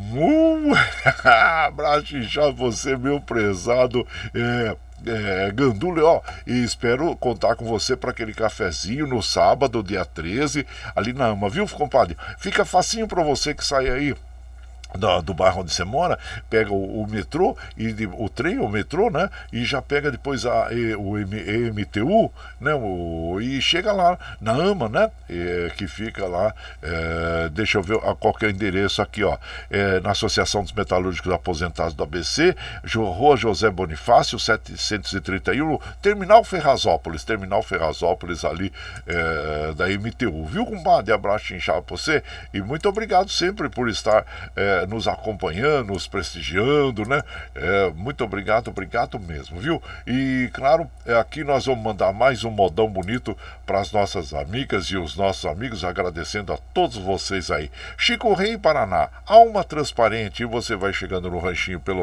Abraço inchado você, meu prezado Gandula, ó, e espero contar com você para aquele cafezinho no sábado, dia 13, ali na AMA, viu, compadre? Fica facinho para você que sai aí do bairro onde você mora, pega o metrô, o trem, o metrô, né? E já pega depois o MTU, né? E chega lá na AMA, né? Que fica lá, deixa eu ver qual que é o endereço aqui, ó. Na Associação dos Metalúrgicos Aposentados do ABC, Rua José Bonifácio, 731, Terminal Ferrazópolis ali da MTU, viu, compadre? Abraço inchado pra você e muito obrigado sempre por estar nos acompanhando, nos prestigiando, né? Muito obrigado mesmo, viu? E claro, aqui nós vamos mandar mais um modão bonito para as nossas amigas e os nossos amigos, agradecendo a todos vocês aí. Chico Rei, Paraná, Alma Transparente, e você vai chegando no ranchinho pelo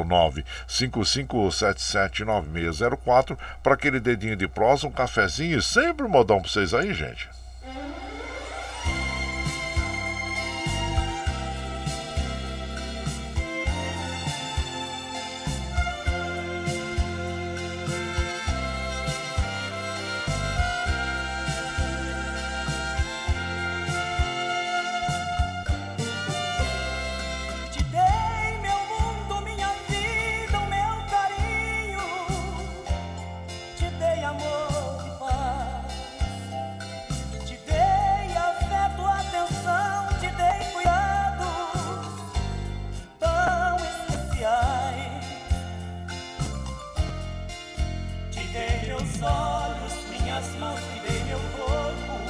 955779604 para aquele dedinho de prosa, um cafezinho, sempre um modão para vocês aí, gente.
Olhos, minhas mãos, te dei meu corpo.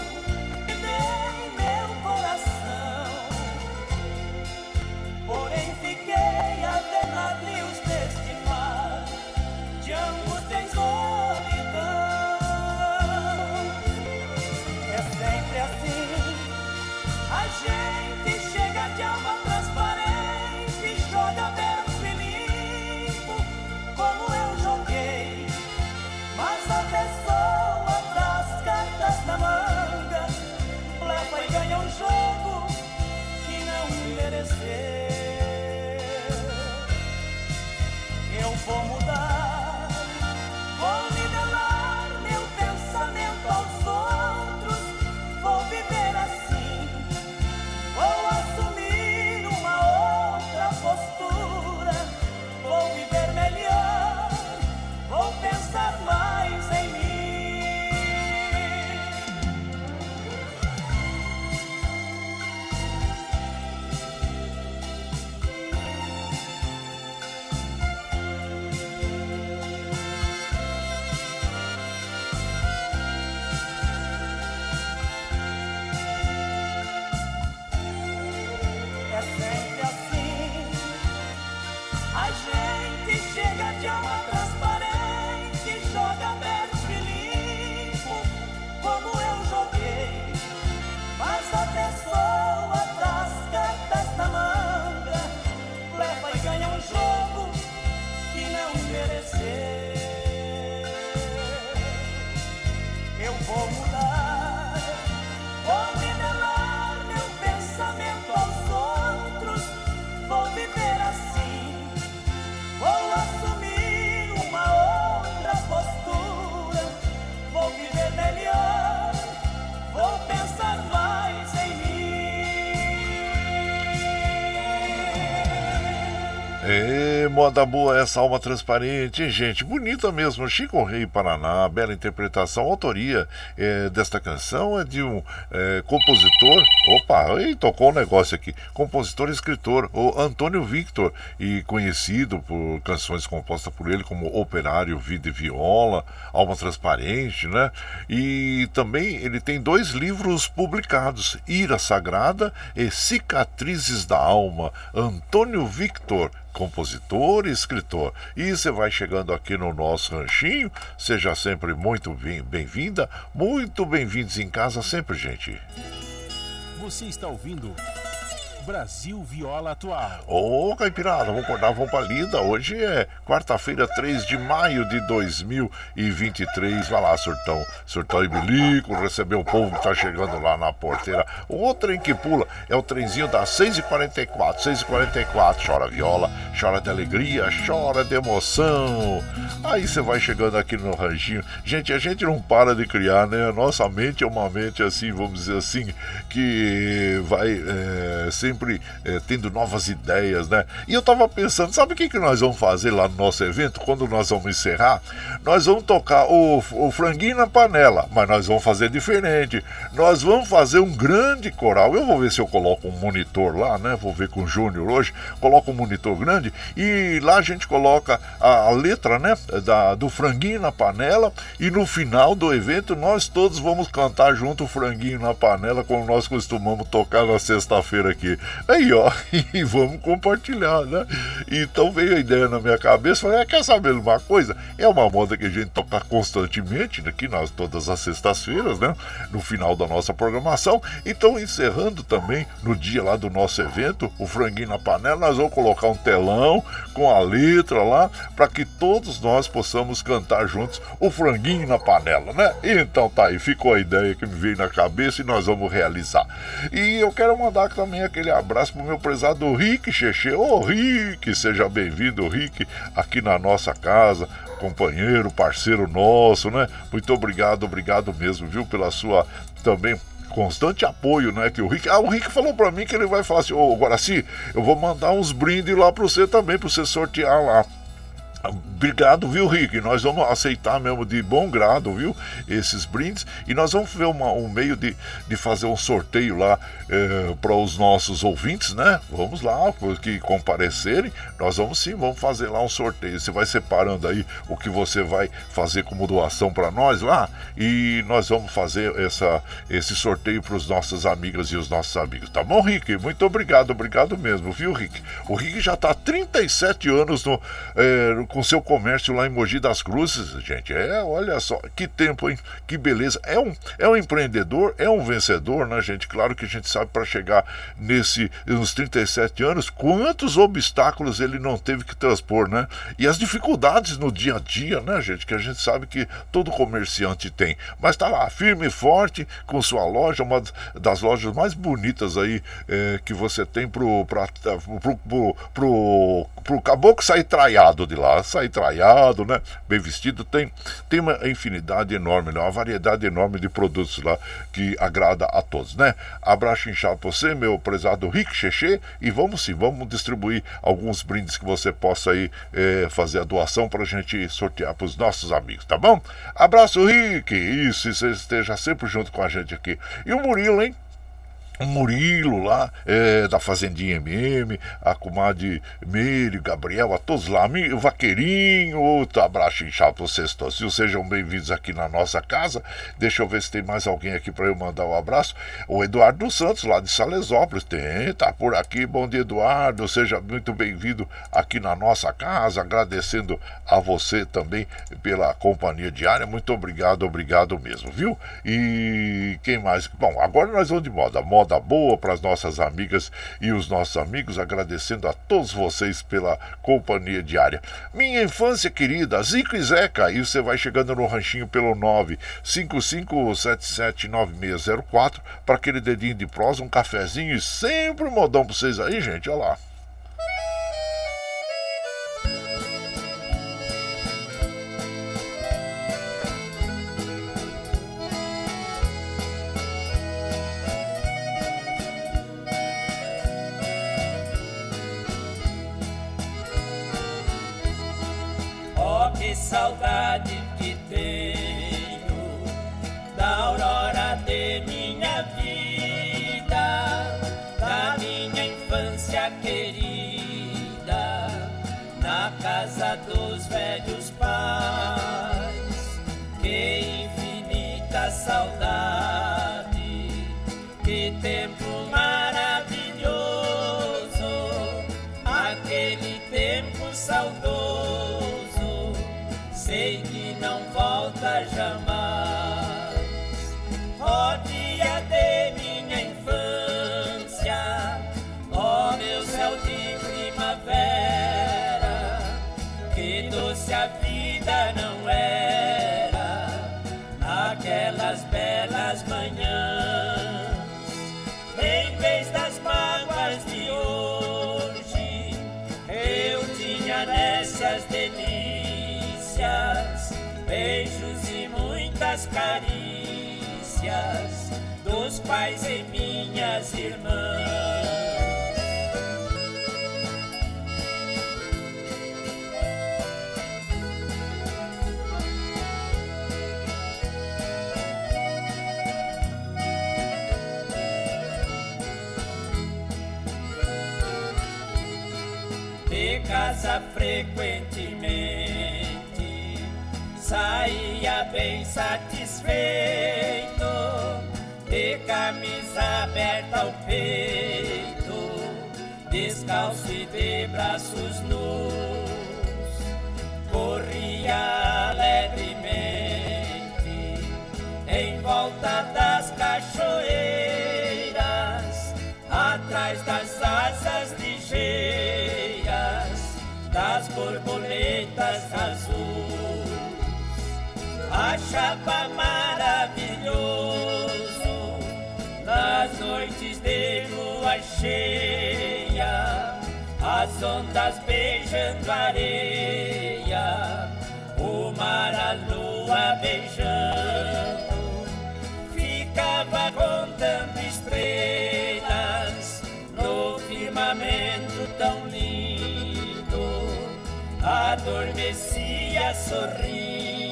vou mudar, vou nivelar meu pensamento aos outros, vou viver assim, vou assumir uma outra postura, vou viver melhor, vou pensar mais em mim. É sempre assim, a gente chega de alma transparente, joga aberto e limpo, como eu joguei. Mas a pessoa das cartas na manga leva e ganha um jogo que não mereceu. Eu vou mudar, vou nivelar meu pensamento aos outros, vou viver assim, vou assumir uma outra postura, vou viver melhor, vou pensar mais em mim.
Moda boa essa alma transparente, hein, gente? Bonita mesmo. Chico Rei Paraná, bela interpretação. A autoria desta canção é de um compositor. Opa, tocou um negócio aqui. Compositor e escritor, o Antônio Victor, e conhecido por canções compostas por ele como Operário, Vida e Viola, Alma Transparente, né? E também ele tem 2 livros publicados, Ira Sagrada e Cicatrizes da Alma. Antônio Victor, compositor e escritor. E você vai chegando aqui no nosso ranchinho, seja sempre muito bem-vinda, muito bem-vindos em casa sempre, gente.
Você está ouvindo Brasil Viola Atual.
Ô, Caipirada, vamos acordar, vamos pra lida. Hoje é quarta-feira, 3 de maio de 2023. Vai lá, surtão e bilico, receber o povo que tá chegando lá na porteira. O trem que pula é o trenzinho das 6h44. 6h44, chora viola, chora de alegria, chora de emoção. Aí você vai chegando aqui no ranchinho. Gente, a gente não para de criar, né? A nossa mente é uma mente assim, vamos dizer assim, que vai sempre tendo novas ideias, né? E eu tava pensando, sabe o que nós vamos fazer lá no nosso evento? Quando nós vamos encerrar, nós vamos tocar o franguinho na panela, mas nós vamos fazer diferente. Nós vamos fazer um grande coral. Eu vou ver se eu coloco um monitor lá, né? Vou ver com o Júnior hoje, coloco um monitor grande e lá a gente coloca a letra, né? Do franguinho na panela, e no final do evento nós todos vamos cantar junto o franguinho na panela, como nós costumamos tocar na sexta-feira aqui. Aí, ó, e vamos compartilhar, né? Então veio a ideia na minha cabeça, falei, quer saber de uma coisa? É uma moda que a gente toca constantemente aqui, todas as sextas-feiras, né? No final da nossa programação. Então, encerrando também no dia lá do nosso evento, o franguinho na panela, nós vamos colocar um telão com a letra lá, para que todos nós possamos cantar juntos o franguinho na panela, né? Então tá aí, ficou a ideia que me veio na cabeça e nós vamos realizar. E eu quero mandar também aquele abraço pro meu prezado Rick Cheche. Ô Rick, seja bem-vindo, Rick, aqui na nossa casa, companheiro, parceiro nosso, né? Muito obrigado mesmo, viu, pela sua também constante apoio, né, que o Rick falou pra mim que ele vai falar assim, ô Guaraci, eu vou mandar uns brindes lá pra você também, pra você sortear lá. Obrigado, viu, Rick? Nós vamos aceitar mesmo de bom grado, viu? Esses brindes. E nós vamos ver um meio de fazer um sorteio lá para os nossos ouvintes, né? Vamos lá, que comparecerem. Nós vamos fazer lá um sorteio. Você vai separando aí o que você vai fazer como doação para nós lá. E nós vamos fazer esse sorteio para os nossos amigas e os nossos amigos. Tá bom, Rick? Muito obrigado mesmo, viu, Rick? O Rick já tá há 37 anos com seu comércio lá em Mogi das Cruzes, gente. Olha só, que tempo, hein? Que beleza. É um empreendedor, é um vencedor, né, gente? Claro que a gente sabe, para chegar nos 37 anos, quantos obstáculos ele não teve que transpor, né? E as dificuldades no dia a dia, né, gente? Que a gente sabe que todo comerciante tem. Mas tá lá, firme e forte, com sua loja, uma das lojas mais bonitas aí que você tem pro caboclo sair traiado de lá, para sair traiado, né? Bem vestido. Tem uma infinidade enorme, uma variedade enorme de produtos lá que agrada a todos, né? Abraço inchado pra você, meu prezado Rick Xexê, e vamos distribuir alguns brindes que você possa aí fazer a doação pra gente sortear pros nossos amigos, tá bom? Abraço, Rick! Isso, você esteja sempre junto com a gente aqui. E o Murilo, hein? O Murilo lá, da Fazendinha MM, a comadre Meire, Gabriel, a todos lá, o Vaqueirinho, outro abraço inchado pra vocês todos. Sejam bem-vindos aqui na nossa casa. Deixa eu ver se tem mais alguém aqui para eu mandar um abraço. O Eduardo dos Santos, lá de Salesópolis, tá por aqui. Bom dia, Eduardo, seja muito bem-vindo aqui na nossa casa, agradecendo a você também pela companhia diária. Muito obrigado mesmo, viu? E quem mais? Bom, agora nós vamos de moda boa para as nossas amigas e os nossos amigos, agradecendo a todos vocês pela companhia diária. Minha infância querida, Zico e Zeca, e você vai chegando no ranchinho pelo 955779604 para aquele dedinho de prosa, um cafezinho e sempre um modão para vocês aí, gente, olha lá.
Saudade que tenho da aurora de minha vida, da minha infância querida, na casa dos velhos pais. Que infinita saudade, que tempo maravilhoso, aquele tempo saudoso. Sei que não volta jamais. Ó dia de minha infância, ó meu céu de primavera, que doce a vida não era naquelas belas manhãs. Em vez das mágoas de hoje, eu tinha nessas delícias, beijos e muitas carícias dos pais e minhas irmãs. De casa frequentemente saía bem satisfeito, de camisa aberta ao peito, descalço e de braços nus, corria alegremente em volta das cachoeiras, atrás das asas ligeiras das borboletas azuis. Achava maravilhoso nas noites de lua cheia, as ondas beijando a areia, o mar a lua beijando. Ficava contando estrelas no firmamento tão lindo, adormecia sorrindo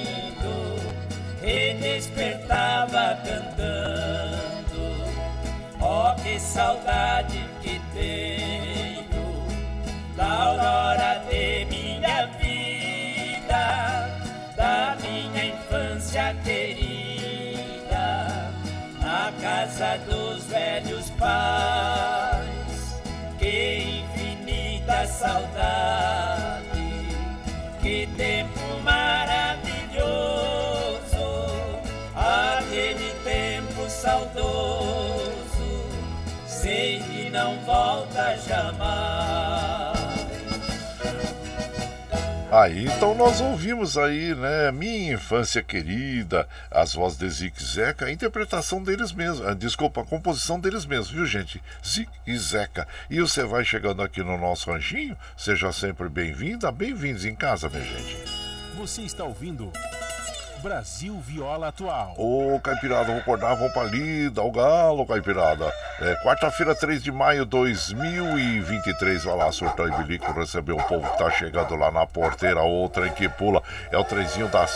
e despertava cantando. Oh, que saudade que tenho da aurora de minha vida, da minha infância querida, na casa dos velhos pais. Que infinita saudade, que tempo maravilhoso, aquele tempo saudoso, sei que não volta jamais.
Aí, então nós ouvimos aí, né, Minha Infância Querida, as vozes de Zico e Zeca, a interpretação deles mesmos, desculpa, a composição deles mesmos, viu, gente? Zico e Zeca. E você vai chegando aqui no nosso ranchinho, seja sempre bem-vinda, bem-vindos em casa, minha gente.
Você está ouvindo Brasil Viola Atual.
Ô, Caipirada, vamos acordar, vamos pra lida, ao galo, Caipirada. Quarta-feira, 3 de maio de 2023, vai lá, Surtão e Bilico, receber o povo que tá chegando lá na porteira, outra em que pula, é o trenzinho das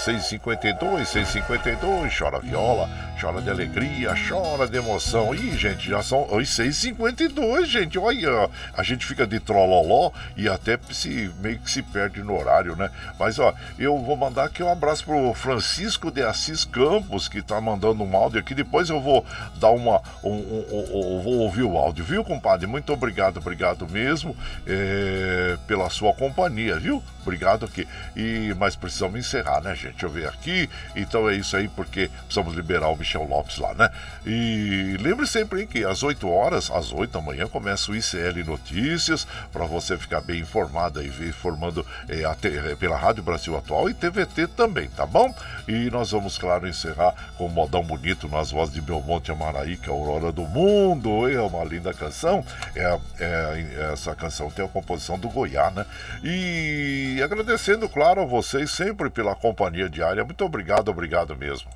6h52, chora viola, chora de alegria, chora de emoção. Ih, gente, já são 6h52, gente, olha, a gente fica de trololó e até meio que se perde no horário, né? Mas, ó, eu vou mandar aqui um abraço pro Francisco de Assis Campos, que tá mandando um áudio aqui. Depois eu vou dar vou ouvir o áudio, viu, compadre? Muito obrigado mesmo pela sua companhia, viu? Obrigado aqui. Mas precisamos encerrar, né, gente? Deixa eu ver aqui. Então é isso aí, porque precisamos liberar o Michel Lopes lá, né? E lembre sempre, hein, que às 8 horas, às 8 da manhã, começa o ICL Notícias, para você ficar bem informado aí, informando pela Rádio Brasil Atual e TVT também, tá bom? E nós vamos, claro, encerrar com um modão bonito nas vozes de Belmonte Amaraí, que é a Aurora do Mundo. É uma linda canção. Essa canção tem a composição do Goiá, né? E agradecendo, claro, a vocês sempre pela companhia diária. Muito obrigado mesmo.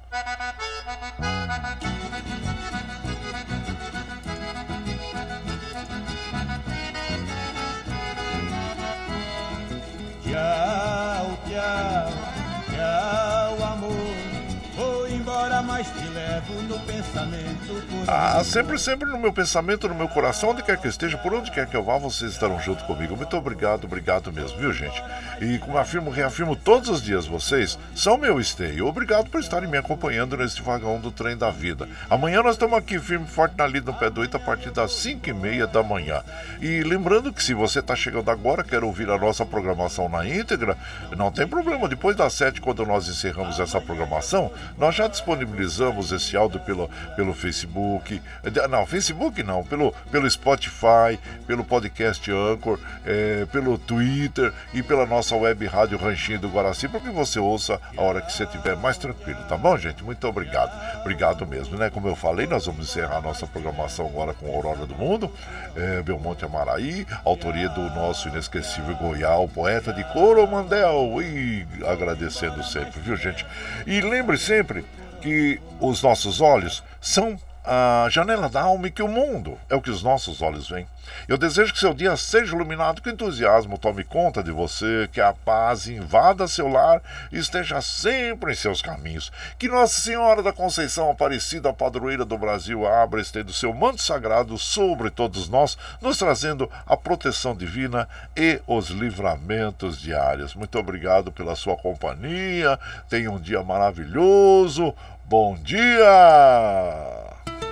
Tchau, tchau, tchau, amor. Vou embora, mas te levo no pensamento.
Sempre no meu pensamento, no meu coração, onde quer que eu esteja, por onde quer que eu vá, vocês estarão junto comigo. Muito obrigado mesmo, viu, gente? E como reafirmo todos os dias, vocês são meu esteio. Obrigado por estarem me acompanhando neste vagão do trem da vida. Amanhã nós estamos aqui firme e forte na lida no pé do 8 a partir das 5h30 da manhã. E lembrando que se você está chegando agora, quer ouvir a nossa programação na íntegra, não tem problema. Depois das 7, quando nós encerramos essa programação, nós já disponibilizamos esse áudio pelo Facebook. Não, Facebook não, pelo Spotify, pelo podcast Anchor, pelo Twitter e pela nossa web rádio Ranchinho do Guaraci, para que você ouça a hora que você estiver mais tranquilo, tá bom, gente? Muito obrigado mesmo, né? Como eu falei, nós vamos encerrar a nossa programação agora com a Aurora do Mundo, Belmonte Amaraí, autoria do nosso inesquecível Goiá, o poeta de Coromandel, e agradecendo sempre, viu, gente? E lembre sempre que os nossos olhos são a janela da alma e que o mundo é o que os nossos olhos veem. Eu desejo que seu dia seja iluminado, que o entusiasmo tome conta de você, que a paz invada seu lar e esteja sempre em seus caminhos. Que Nossa Senhora da Conceição Aparecida, a padroeira do Brasil, abra e estenda o seu manto sagrado sobre todos nós, nos trazendo a proteção divina e os livramentos diários. Muito obrigado pela sua companhia. Tenha um dia maravilhoso. Bom dia!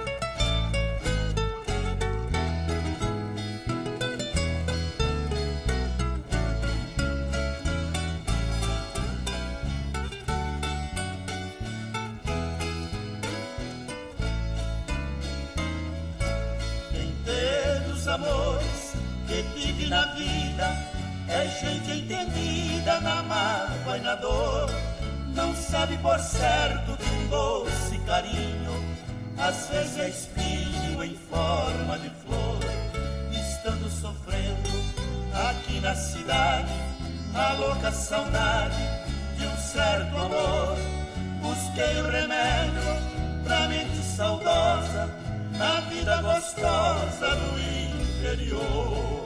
Amores que tive na vida é gente entendida na mágoa e na dor. Não sabe por certo que um doce carinho às vezes é espinho em forma de flor. Estando sofrendo aqui na cidade a louca saudade de um certo amor, busquei o remédio pra mente saudosa na vida gostosa do interior.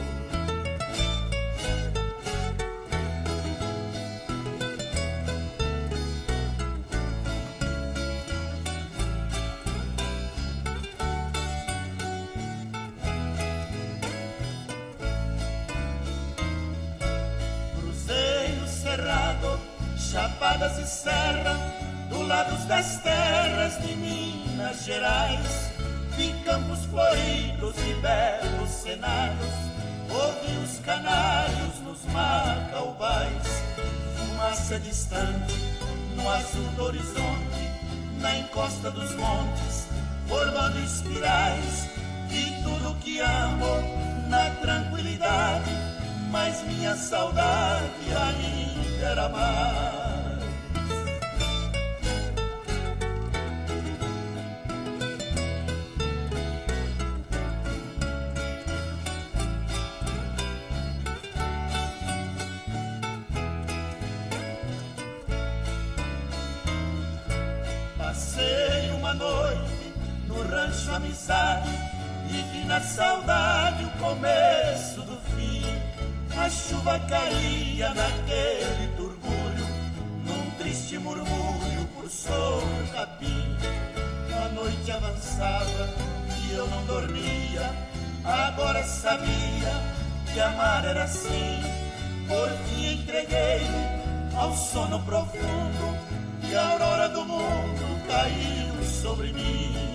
Cruzeiro cerrado, chapadas e serra, do lado das terras de Minas Gerais. Vi campos floridos e belos cenários, ouvi os canários nos macaubais. Fumaça distante no azul do horizonte, na encosta dos montes, formando espirais. Vi tudo que amo na tranquilidade, mas minha saudade ainda era mais. Passei uma noite no rancho Amizade e vi na saudade o começo do fim. A chuva caía naquele turbulho, num triste murmúrio por sobre o capim. A noite avançava e eu não dormia, agora sabia que amar era assim. Por fim entreguei-me ao sono profundo e a aurora do mundo caiu sobre mim.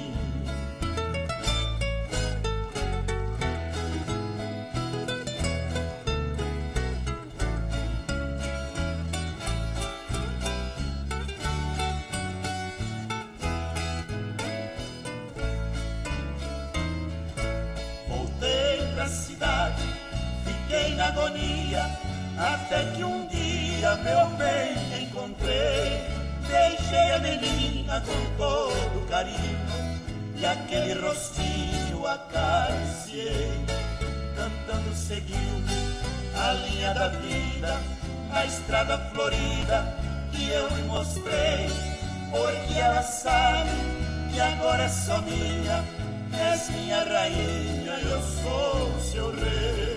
Agonia, até que um dia, meu bem, encontrei. Deixei a menina com todo carinho e aquele rostinho acariciei. Cantando seguiu-me a linha da vida, a estrada florida que eu lhe mostrei. Porque ela sabe que agora é só minha, és minha rainha, eu sou seu rei.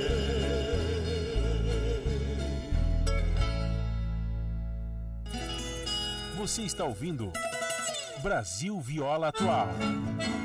Você está ouvindo Brasil Viola Atual.